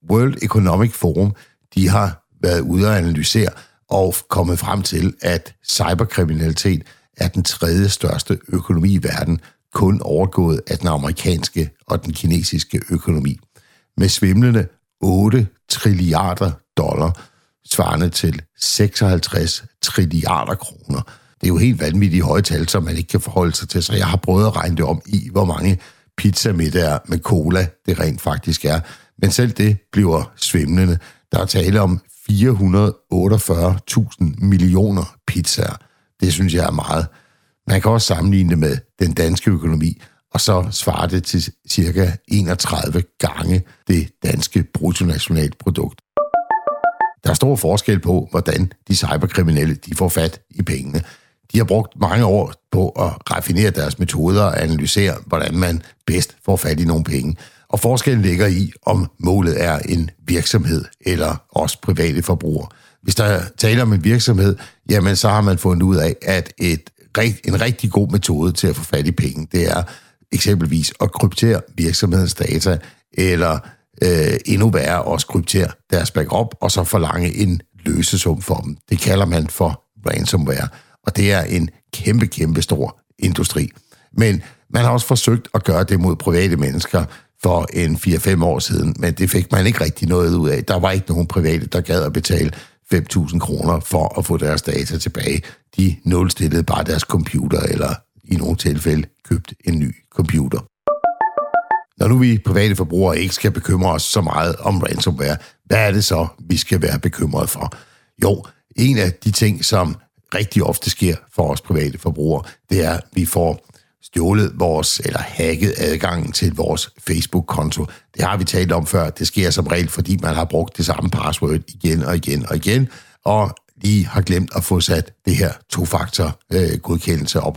World Economic Forum, de har været ude at analysere og kommet frem til, at cyberkriminalitet er den tredje største økonomi i verden, kun overgået af den amerikanske og den kinesiske økonomi. Med svimlende otte trilliarder dollar, svarende til seksoghalvtreds trilliarder kroner. Det er jo helt vanvittige høje tal, som man ikke kan forholde sig til, så jeg har prøvet at regne det om i, hvor mange pizzamiddager med cola det rent faktisk er. Men selv det bliver svimlende. Der er tale om fire hundrede otteogfyrre tusind millioner pizzaer. Det synes jeg er meget. Man kan også sammenligne det med den danske økonomi, og så svarer det til cirka enogtredive gange det danske bruttonationalprodukt. Der er stor forskel på, hvordan de cyberkriminelle de får fat i pengene. De har brugt mange år på at raffinere deres metoder og analysere, hvordan man bedst får fat i nogle penge. Og forskellen ligger i, om målet er en virksomhed eller også private forbrugere. Hvis der taler om en virksomhed, jamen så har man fundet ud af, at et, en rigtig god metode til at få fat i penge, det er eksempelvis at kryptere virksomhedens data, eller øh, endnu værre også kryptere deres backup, og så forlange en løsesum for dem. Det kalder man for ransomware, og det er en kæmpe, kæmpe stor industri. Men man har også forsøgt at gøre det mod private mennesker for en fire fem år siden, men det fik man ikke rigtig noget ud af. Der var ikke nogen private, der gad at betale fem tusind kroner for at få deres data tilbage. De nulstillede bare deres computer, eller i nogle tilfælde købte en ny computer. Når nu vi private forbrugere ikke skal bekymre os så meget om ransomware, hvad er det så, vi skal være bekymret for? Jo, en af de ting, som rigtig ofte sker for os private forbrugere, det er, at vi får stjålet vores, eller hacket adgangen til vores Facebook-konto. Det har vi talt om før. Det sker som regel, fordi man har brugt det samme password igen og igen og igen, og lige har glemt at få sat det her to-faktor-godkendelse op.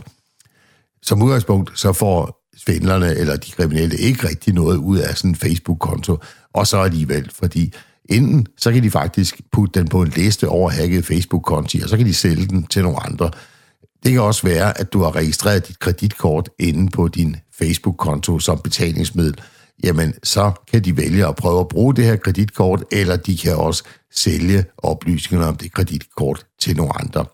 Som udgangspunkt, så får svindlerne eller de kriminelle ikke rigtig noget ud af sådan en Facebook-konto, og så alligevel, fordi enten så kan de faktisk putte den på en liste over hackede Facebook-konti, og så kan de sælge den til nogle andre. Det kan også være, at du har registreret dit kreditkort inde på din Facebook-konto som betalingsmiddel. Jamen, så kan de vælge at prøve at bruge det her kreditkort, eller de kan også sælge oplysninger om det kreditkort til nogle andre.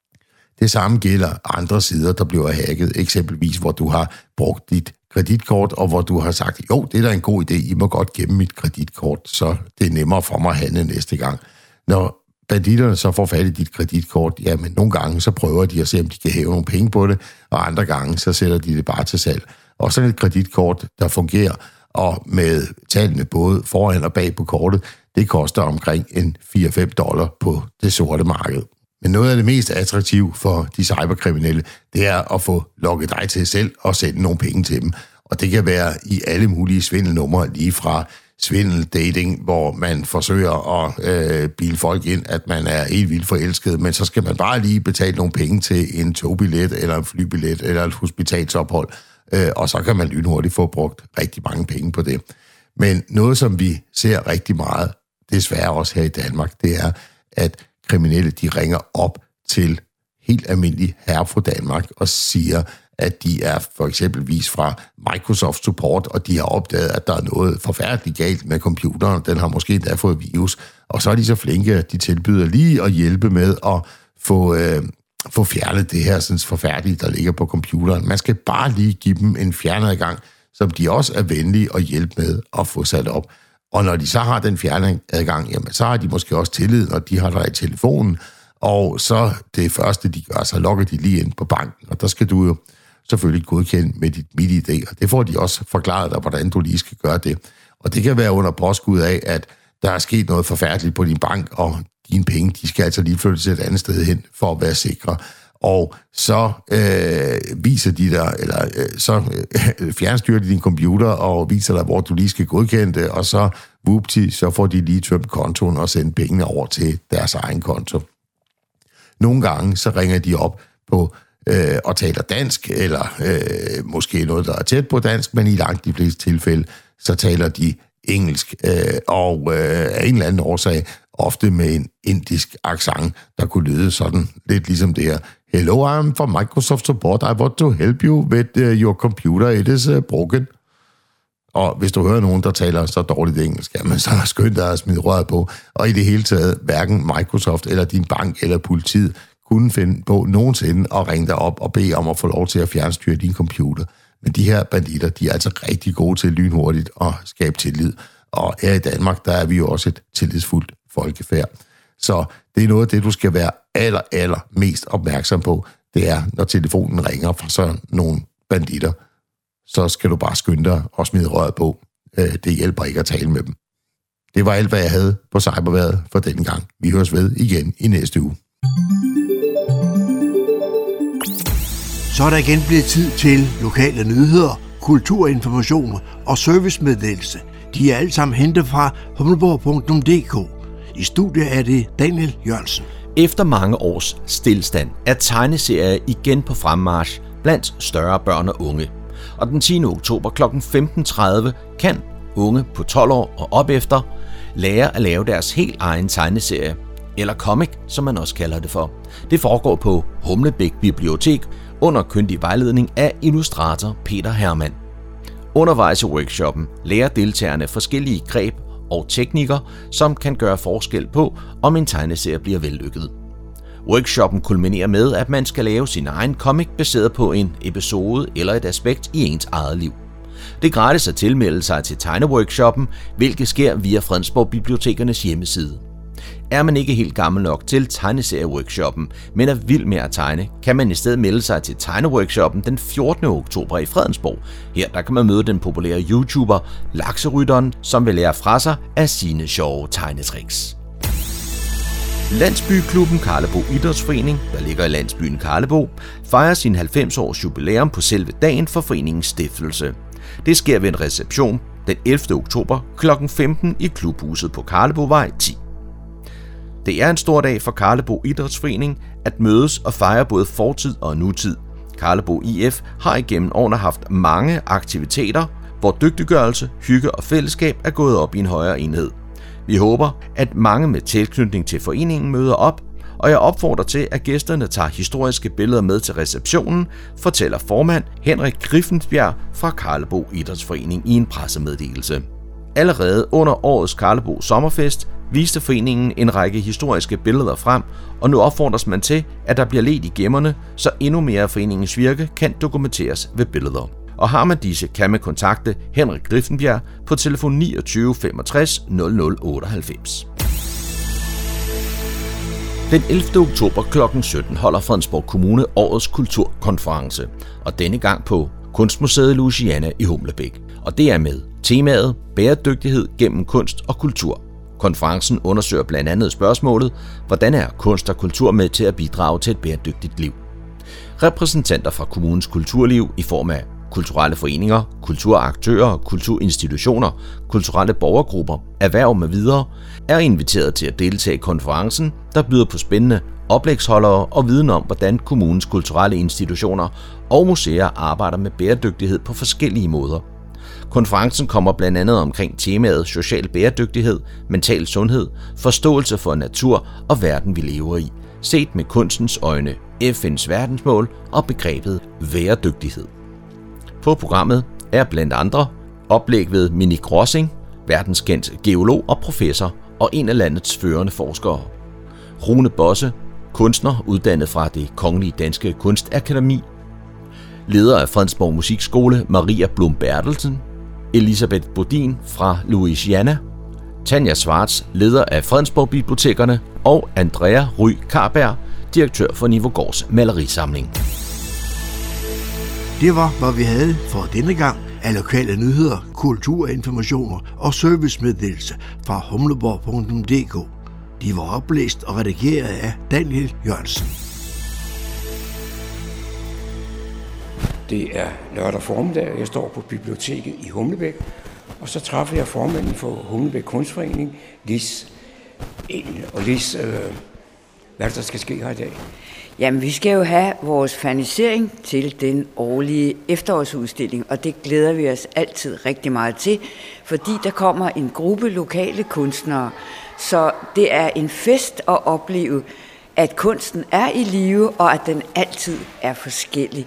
Det samme gælder andre sider, der bliver hacket, eksempelvis hvor du har brugt dit kreditkort, og hvor du har sagt, jo, det er da en god idé, I må godt gemme mit kreditkort, så det er nemmere for mig at handle næste gang. Når banditterne så får fat i dit kreditkort, jamen nogle gange så prøver de at se, om de kan hæve nogle penge på det, og andre gange så sætter de det bare til salg. Og sådan et kreditkort, der fungerer, og med tallene både foran og bag på kortet, det koster omkring en fire til fem dollar på det sorte marked. Men noget af det mest attraktive for de cyberkriminelle, det er at få logget dig til selv og sende nogle penge til dem. Og det kan være i alle mulige svindelnumre, lige fra svindeldating, hvor man forsøger at øh, bilde folk ind, at man er helt vildt forelsket, men så skal man bare lige betale nogle penge til en togbillet, eller en flybillet, eller et hospitalsophold, øh, og så kan man lynhurtigt få brugt rigtig mange penge på det. Men noget, som vi ser rigtig meget, desværre også her i Danmark, det er, at kriminelle, de ringer op til helt almindelige herre fra Danmark og siger, at de er for eksempelvis fra Microsoft Support, og de har opdaget, at der er noget forfærdeligt galt med computeren. Den har måske endda fået virus. Og så er de så flinke, at de tilbyder lige at hjælpe med at få, øh, få fjernet det her sådan forfærdelige, der ligger på computeren. Man skal bare lige give dem en fjernadgang, som de også er venlige at hjælpe med at få sat op. Og når de så har den fjernadgang, jamen, så har de måske også tillid, når de har dig i telefonen. Og så det første, de gør, så logger de lige ind på banken. Og der skal du jo selvfølgelig godkende med dit MitID, og det får de også forklaret dig, hvordan du lige skal gøre det. Og det kan være under påskud af, at der er sket noget forfærdeligt på din bank, og dine penge, de skal altså lige flyttes et andet sted hen, for at være sikre. Og så øh, viser de dig, eller øh, så øh, fjernstyrer de din computer, og viser dig, hvor du lige skal godkende det, og så, whoopty, så får de lige tømt kontoen og sendt pengene over til deres egen konto. Nogle gange, så ringer de op på øh, og taler dansk, eller øh, måske noget, der er tæt på dansk, men i langt de fleste tilfælde, så taler de engelsk, øh, og øh, af en eller anden årsag, ofte med en indisk accent, der kunne lyde sådan lidt ligesom det her. Hello, I'm from Microsoft Support. I want to help you with uh, your computer. It is uh, broken. Og hvis du hører nogen, der taler så dårligt engelsk, jamen, så er skyndt dig at smide røret på. Og i det hele taget, hverken Microsoft eller din bank eller politiet kunne finde på nogensinde at ringe dig op og bede om at få lov til at fjernstyre din computer. Men de her banditter, de er altså rigtig gode til lynhurtigt at skabe tillid. Og her i Danmark, der er vi jo også et tillidsfuldt folkefærd. Så det er noget af det, du skal være aller, aller mest opmærksom på. Det er, når telefonen ringer fra sådan nogle banditter, så skal du bare skynde dig og smide røret på. Det hjælper ikke at tale med dem. Det var alt, hvad jeg havde på Cyberværet for denne gang. Vi høres ved igen i næste uge. Så er der igen blevet tid til lokale nyheder, kulturinformationer og servicemeddelelse. De er alle sammen hentet fra humleborg punktum d k. I studiet er det Daniel Jørgensen. Efter mange års stillstand er tegneserier igen på fremmarch blandt større børn og unge. Og den tiende oktober klokken femten tredive kan unge på tolv år og op efter lære at lave deres helt egen tegneserie, eller comic, som man også kalder det for. Det foregår på Humlebæk Bibliotek under kyndig vejledning af illustrator Peter Hermann. Undervejs i workshoppen lærer deltagerne forskellige greb og teknikker, som kan gøre forskel på, om en tegneserie bliver vellykket. Workshoppen kulminerer med, at man skal lave sin egen comic baseret på en episode eller et aspekt i ens eget liv. Det er gratis at tilmelde sig til tegneworkshoppen, hvilket sker via Fredensborg Bibliotekernes hjemmeside. Er man ikke helt gammel nok til tegneserieworkshoppen, men er vild med at tegne, kan man i stedet melde sig til tegneworkshoppen den fjortende oktober i Fredensborg. Her der kan man møde den populære YouTuber Lakserytteren, som vil lære fra sig af sine sjove tegnetricks. Landsbyklubben Karlebo Idrætsforening, der ligger i landsbyen Karlebo, fejrer sin halvfems års jubilæum på selve dagen for foreningens stiftelse. Det sker ved en reception den ellevte oktober klokken femten i klubhuset på Karlebovej ti. Det er en stor dag for Karlebo Idrætsforening at mødes og fejre både fortid og nutid. Karlebo I F har igennem årene haft mange aktiviteter, hvor dygtiggørelse, hygge og fællesskab er gået op i en højere enhed. Vi håber, at mange med tilknytning til foreningen møder op, og jeg opfordrer til, at gæsterne tager historiske billeder med til receptionen, fortæller formand Henrik Griffensbjerg fra Karlebo Idrætsforening i en pressemeddelelse. Allerede under årets Karlebo Sommerfest viste foreningen en række historiske billeder frem, og nu opfordres man til, at der bliver ledt i gemmerne, så endnu mere af foreningens virke kan dokumenteres ved billeder. Og har man disse, kan man kontakte Henrik Griffenbjerg på telefon niogtyve femogtres nul nul otteoghalvfems. Den ellevte oktober klokken sytten holder Fredensborg Kommune årets kulturkonference, og denne gang på Kunstmuseet Louisiana i Humlebæk. Og det er med temaet Bæredygtighed gennem kunst og kultur. Konferencen undersøger blandt andet spørgsmålet, hvordan er kunst og kultur med til at bidrage til et bæredygtigt liv. Repræsentanter fra kommunens kulturliv i form af kulturelle foreninger, kulturaktører, kulturinstitutioner, kulturelle borgergrupper, erhverv med videre, er inviteret til at deltage i konferencen, der byder på spændende oplægsholdere og viden om, hvordan kommunens kulturelle institutioner og museer arbejder med bæredygtighed på forskellige måder. Konferencen kommer blandt andet omkring temaet social bæredygtighed, mental sundhed, forståelse for natur og verden vi lever i, set med kunstens øjne, F N's verdensmål og begrebet bæredygtighed. På programmet er blandt andre oplæg ved Minik Rossing, verdenskendt geolog og professor og en af landets førende forskere. Rune Bosse, kunstner uddannet fra Det Kongelige Danske Kunstakademi. Leder af Fredensborg Musikskole Maria Blum Bertelsen. Elisabeth Bodin fra Louisiana. Tanja Schwartz, leder af Fredensborg Bibliotekerne. Og Andrea Ry Karberg, direktør for Nivogårds malerisamling. Det var, hvad vi havde for denne gang af lokale nyheder, kulturinformationer og servicemeddelelse fra humleborg punktum d k. De var oplæst og redigeret af Daniel Jørgensen. Det er lørdag formiddag, jeg står på biblioteket i Humlebæk, og så træffer jeg formanden for Humlebæk Kunstforening, Lis. Og Lis, øh, hvad er det, der skal ske her i dag? Jamen, vi skal jo have vores fernisering til den årlige efterårsudstilling, og det glæder vi os altid rigtig meget til, fordi der kommer en gruppe lokale kunstnere, så det er en fest at opleve, at kunsten er i live, og at den altid er forskellig.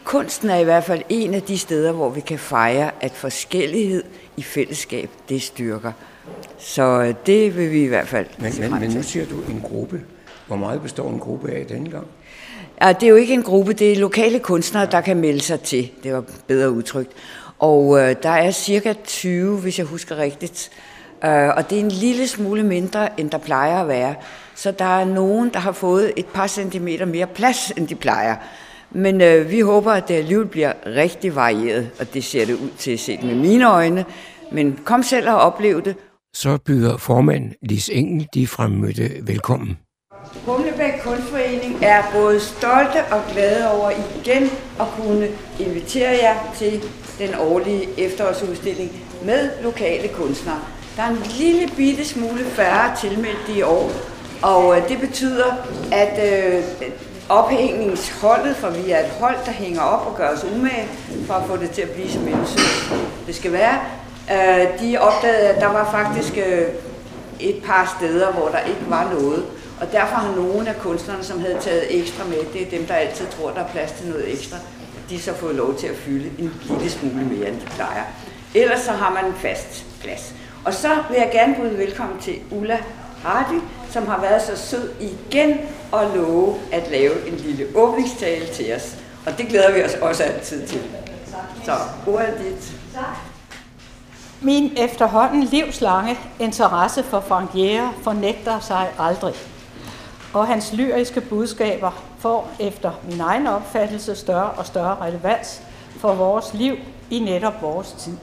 kunsten er i hvert fald en af de steder, hvor vi kan fejre, at forskellighed i fællesskab, det styrker. Så det vil vi i hvert fald Men, men, men nu siger du en gruppe. Hvor meget består en gruppe af denne gang? Ja, det er jo ikke en gruppe, det er lokale kunstnere, der kan melde sig til. Det var bedre udtrykt. Og øh, der er cirka tyve, hvis jeg husker rigtigt. Øh, og det er en lille smule mindre, end der plejer at være. Så der er nogen, der har fået et par centimeter mere plads, end de plejer. Men øh, vi håber, at det alligevel bliver rigtig varieret, og det ser det ud til set med mine øjne. Men kom selv og oplev det. Så byder formand Lis Engel de fremmødte velkommen. Humlebæk Kunstforening er både stolte og glade over igen at kunne invitere jer til den årlige efterårsudstilling med lokale kunstnere. Der er en lille bitte smule færre tilmeldte i år, og det betyder, at øh, ophængningsholdet, for vi er et hold, der hænger op og gør os umage for at få det til at blive så mindeløst det skal være, øh, de opdagede, at der var faktisk øh, et par steder, hvor der ikke var noget. Og derfor har nogle af kunstnerne, som havde taget ekstra med, det er dem, der altid tror, der er plads til noget ekstra, de så fået lov til at fylde en lille smule mere, end de plejer. Ellers så har man en fast plads. Og så vil jeg gerne byde velkommen til Ulla Hardy, som har været så sød igen og love at lave en lille åbningstale til os. Og det glæder vi os også altid til. Så ordet er dit. Min efterhånden livslange interesse for Frank Jæger fornægter sig aldrig. Og hans lyriske budskaber får efter min egen opfattelse større og større relevans for vores liv i netop vores tid.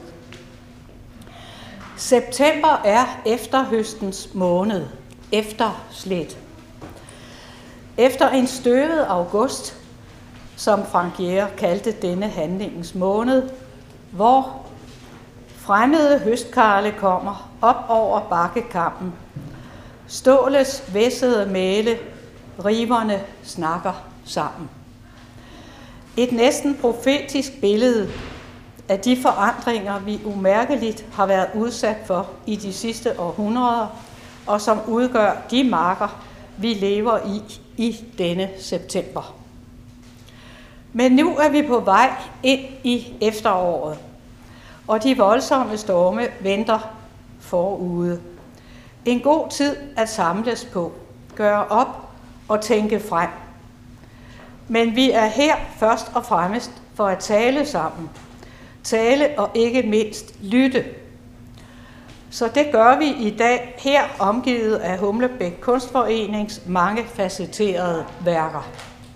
September er efterhøstens måned, efterslæt. Efter en støvet august, som Frank Jæger kaldte denne handlingens måned, hvor fremmede høstkarle kommer op over bakkekampen, stålets væssede mæle, riverne snakker sammen. Et næsten profetisk billede af de forandringer, vi umærkeligt har været udsat for i de sidste århundreder, og som udgør de marker, vi lever i i denne september. Men nu er vi på vej ind i efteråret, og de voldsomme storme venter forude. En god tid at samles på, gøre op og tænke frem. Men vi er her først og fremmest for at tale sammen. Tale og ikke mindst lytte. Så det gør vi i dag her omgivet af Humlebæk Kunstforenings mange facetterede værker.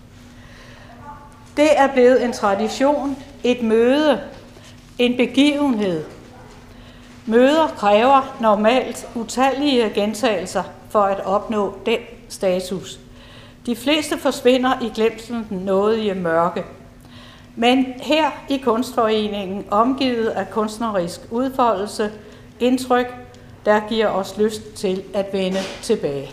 Det er blevet en tradition, et møde, en begivenhed. Møder kræver normalt utallige gentagelser for at opnå den status. De fleste forsvinder i glemslen nådige mørke. Men her i Kunstforeningen, omgivet af kunstnerisk udfoldelse, indtryk, der giver os lyst til at vende tilbage.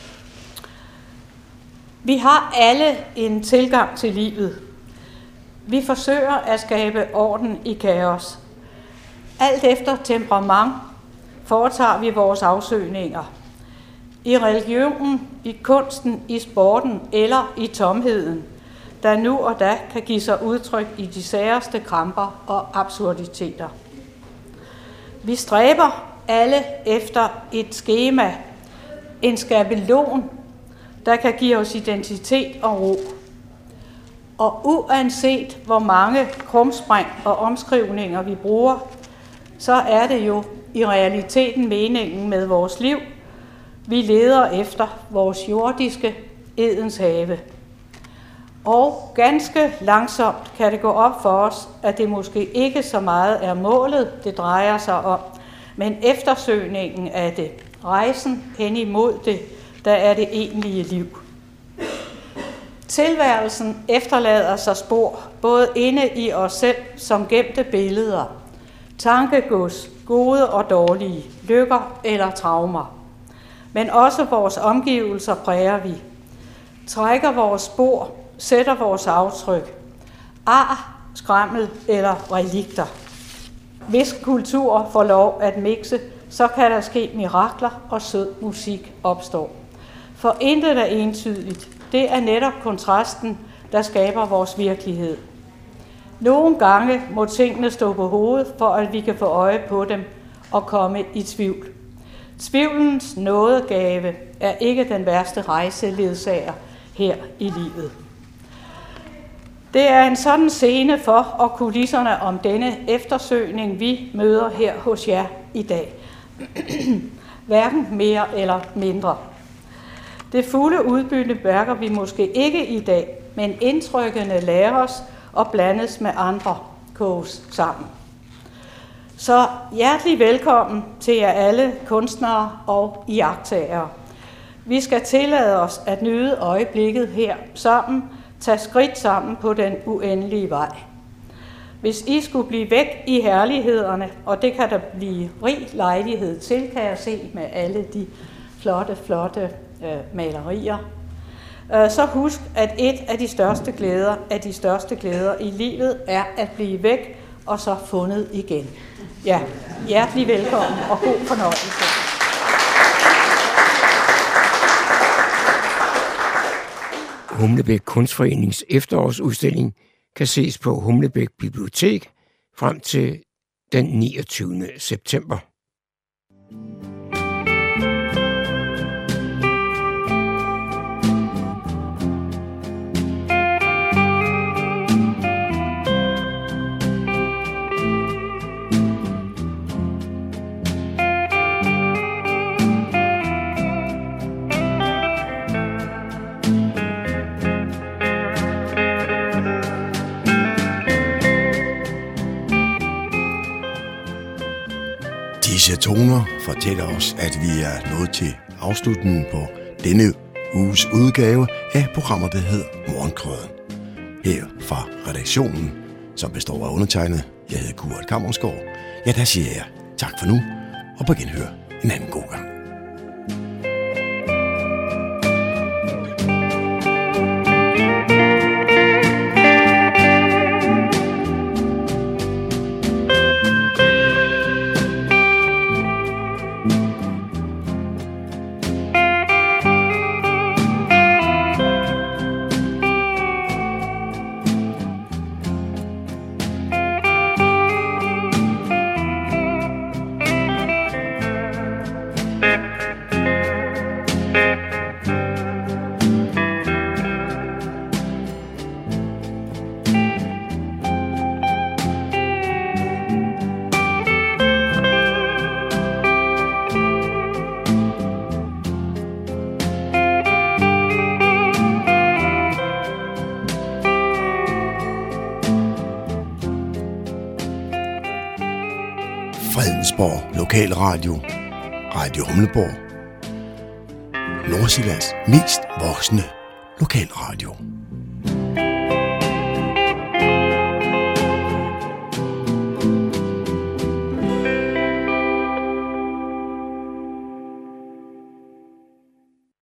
Vi har alle en tilgang til livet. Vi forsøger at skabe orden i kaos. Alt efter temperament foretager vi vores afsøgninger. I religionen, i kunsten, i sporten eller i tomheden, der nu og da kan give sig udtryk i de særeste kramper og absurditeter. Vi stræber alle efter et skema, en skabelon, der kan give os identitet og ro. Og uanset hvor mange krumspring og omskrivninger vi bruger, så er det jo i realiteten meningen med vores liv. Vi leder efter vores jordiske Edens have. Og ganske langsomt kan det gå op for os, at det måske ikke så meget er målet, det drejer sig om, men eftersøgningen af det, rejsen hen imod det, der er det egentlige liv. Tilværelsen efterlader sig spor, både inde i os selv som gemte billeder, tankegods, gode og dårlige, lykker eller traumer. Men også vores omgivelser præger vi, trækker vores spor, sætter vores aftryk, ar, skrammel eller relikter. Hvis kultur får lov at mixe, så kan der ske mirakler og sød musik opstår. For intet er entydigt. Det er netop kontrasten, der skaber vores virkelighed. Nogle gange må tingene stå på hovedet, for at vi kan få øje på dem og komme i tvivl. Tvivlens nådegave er ikke den værste rejseledsager her i livet. Det er en sådan scene for og kulisserne om denne eftersøgning, vi møder her hos jer i dag. Hverken mere eller mindre. Det fulde udbytte mærker vi måske ikke i dag, men indtrykkene lærer os og blandes med andre, koges sammen. Så hjertelig velkommen til jer alle kunstnere og iagttagere. Vi skal tillade os at nyde øjeblikket her sammen, tage skridt sammen på den uendelige vej. Hvis I skulle blive væk i herlighederne, og det kan der blive rig lejlighed til, kan jeg se med alle de flotte, flotte øh, malerier, øh, så husk, at et af de største glæder, af de største glæder i livet, er at blive væk og så fundet igen. Ja, hjertelig velkommen og god fornøjelse. Humlebæk Kunstforenings efterårsudstilling kan ses på Humlebæk Bibliotek frem til den niogtyvende september. Disse toner fortæller os, at vi er nået til afslutningen på denne uges udgave af programmet, der hedder Morgenkrøden. Her fra redaktionen, som består af undertegnet, jeg hedder Kurt Kammersgaard. Ja, der siger jeg tak for nu, og på genhør en anden god gang. Fredensborg Lokalradio, Radio Humleborg, Nordsjællands mest voksne lokalradio.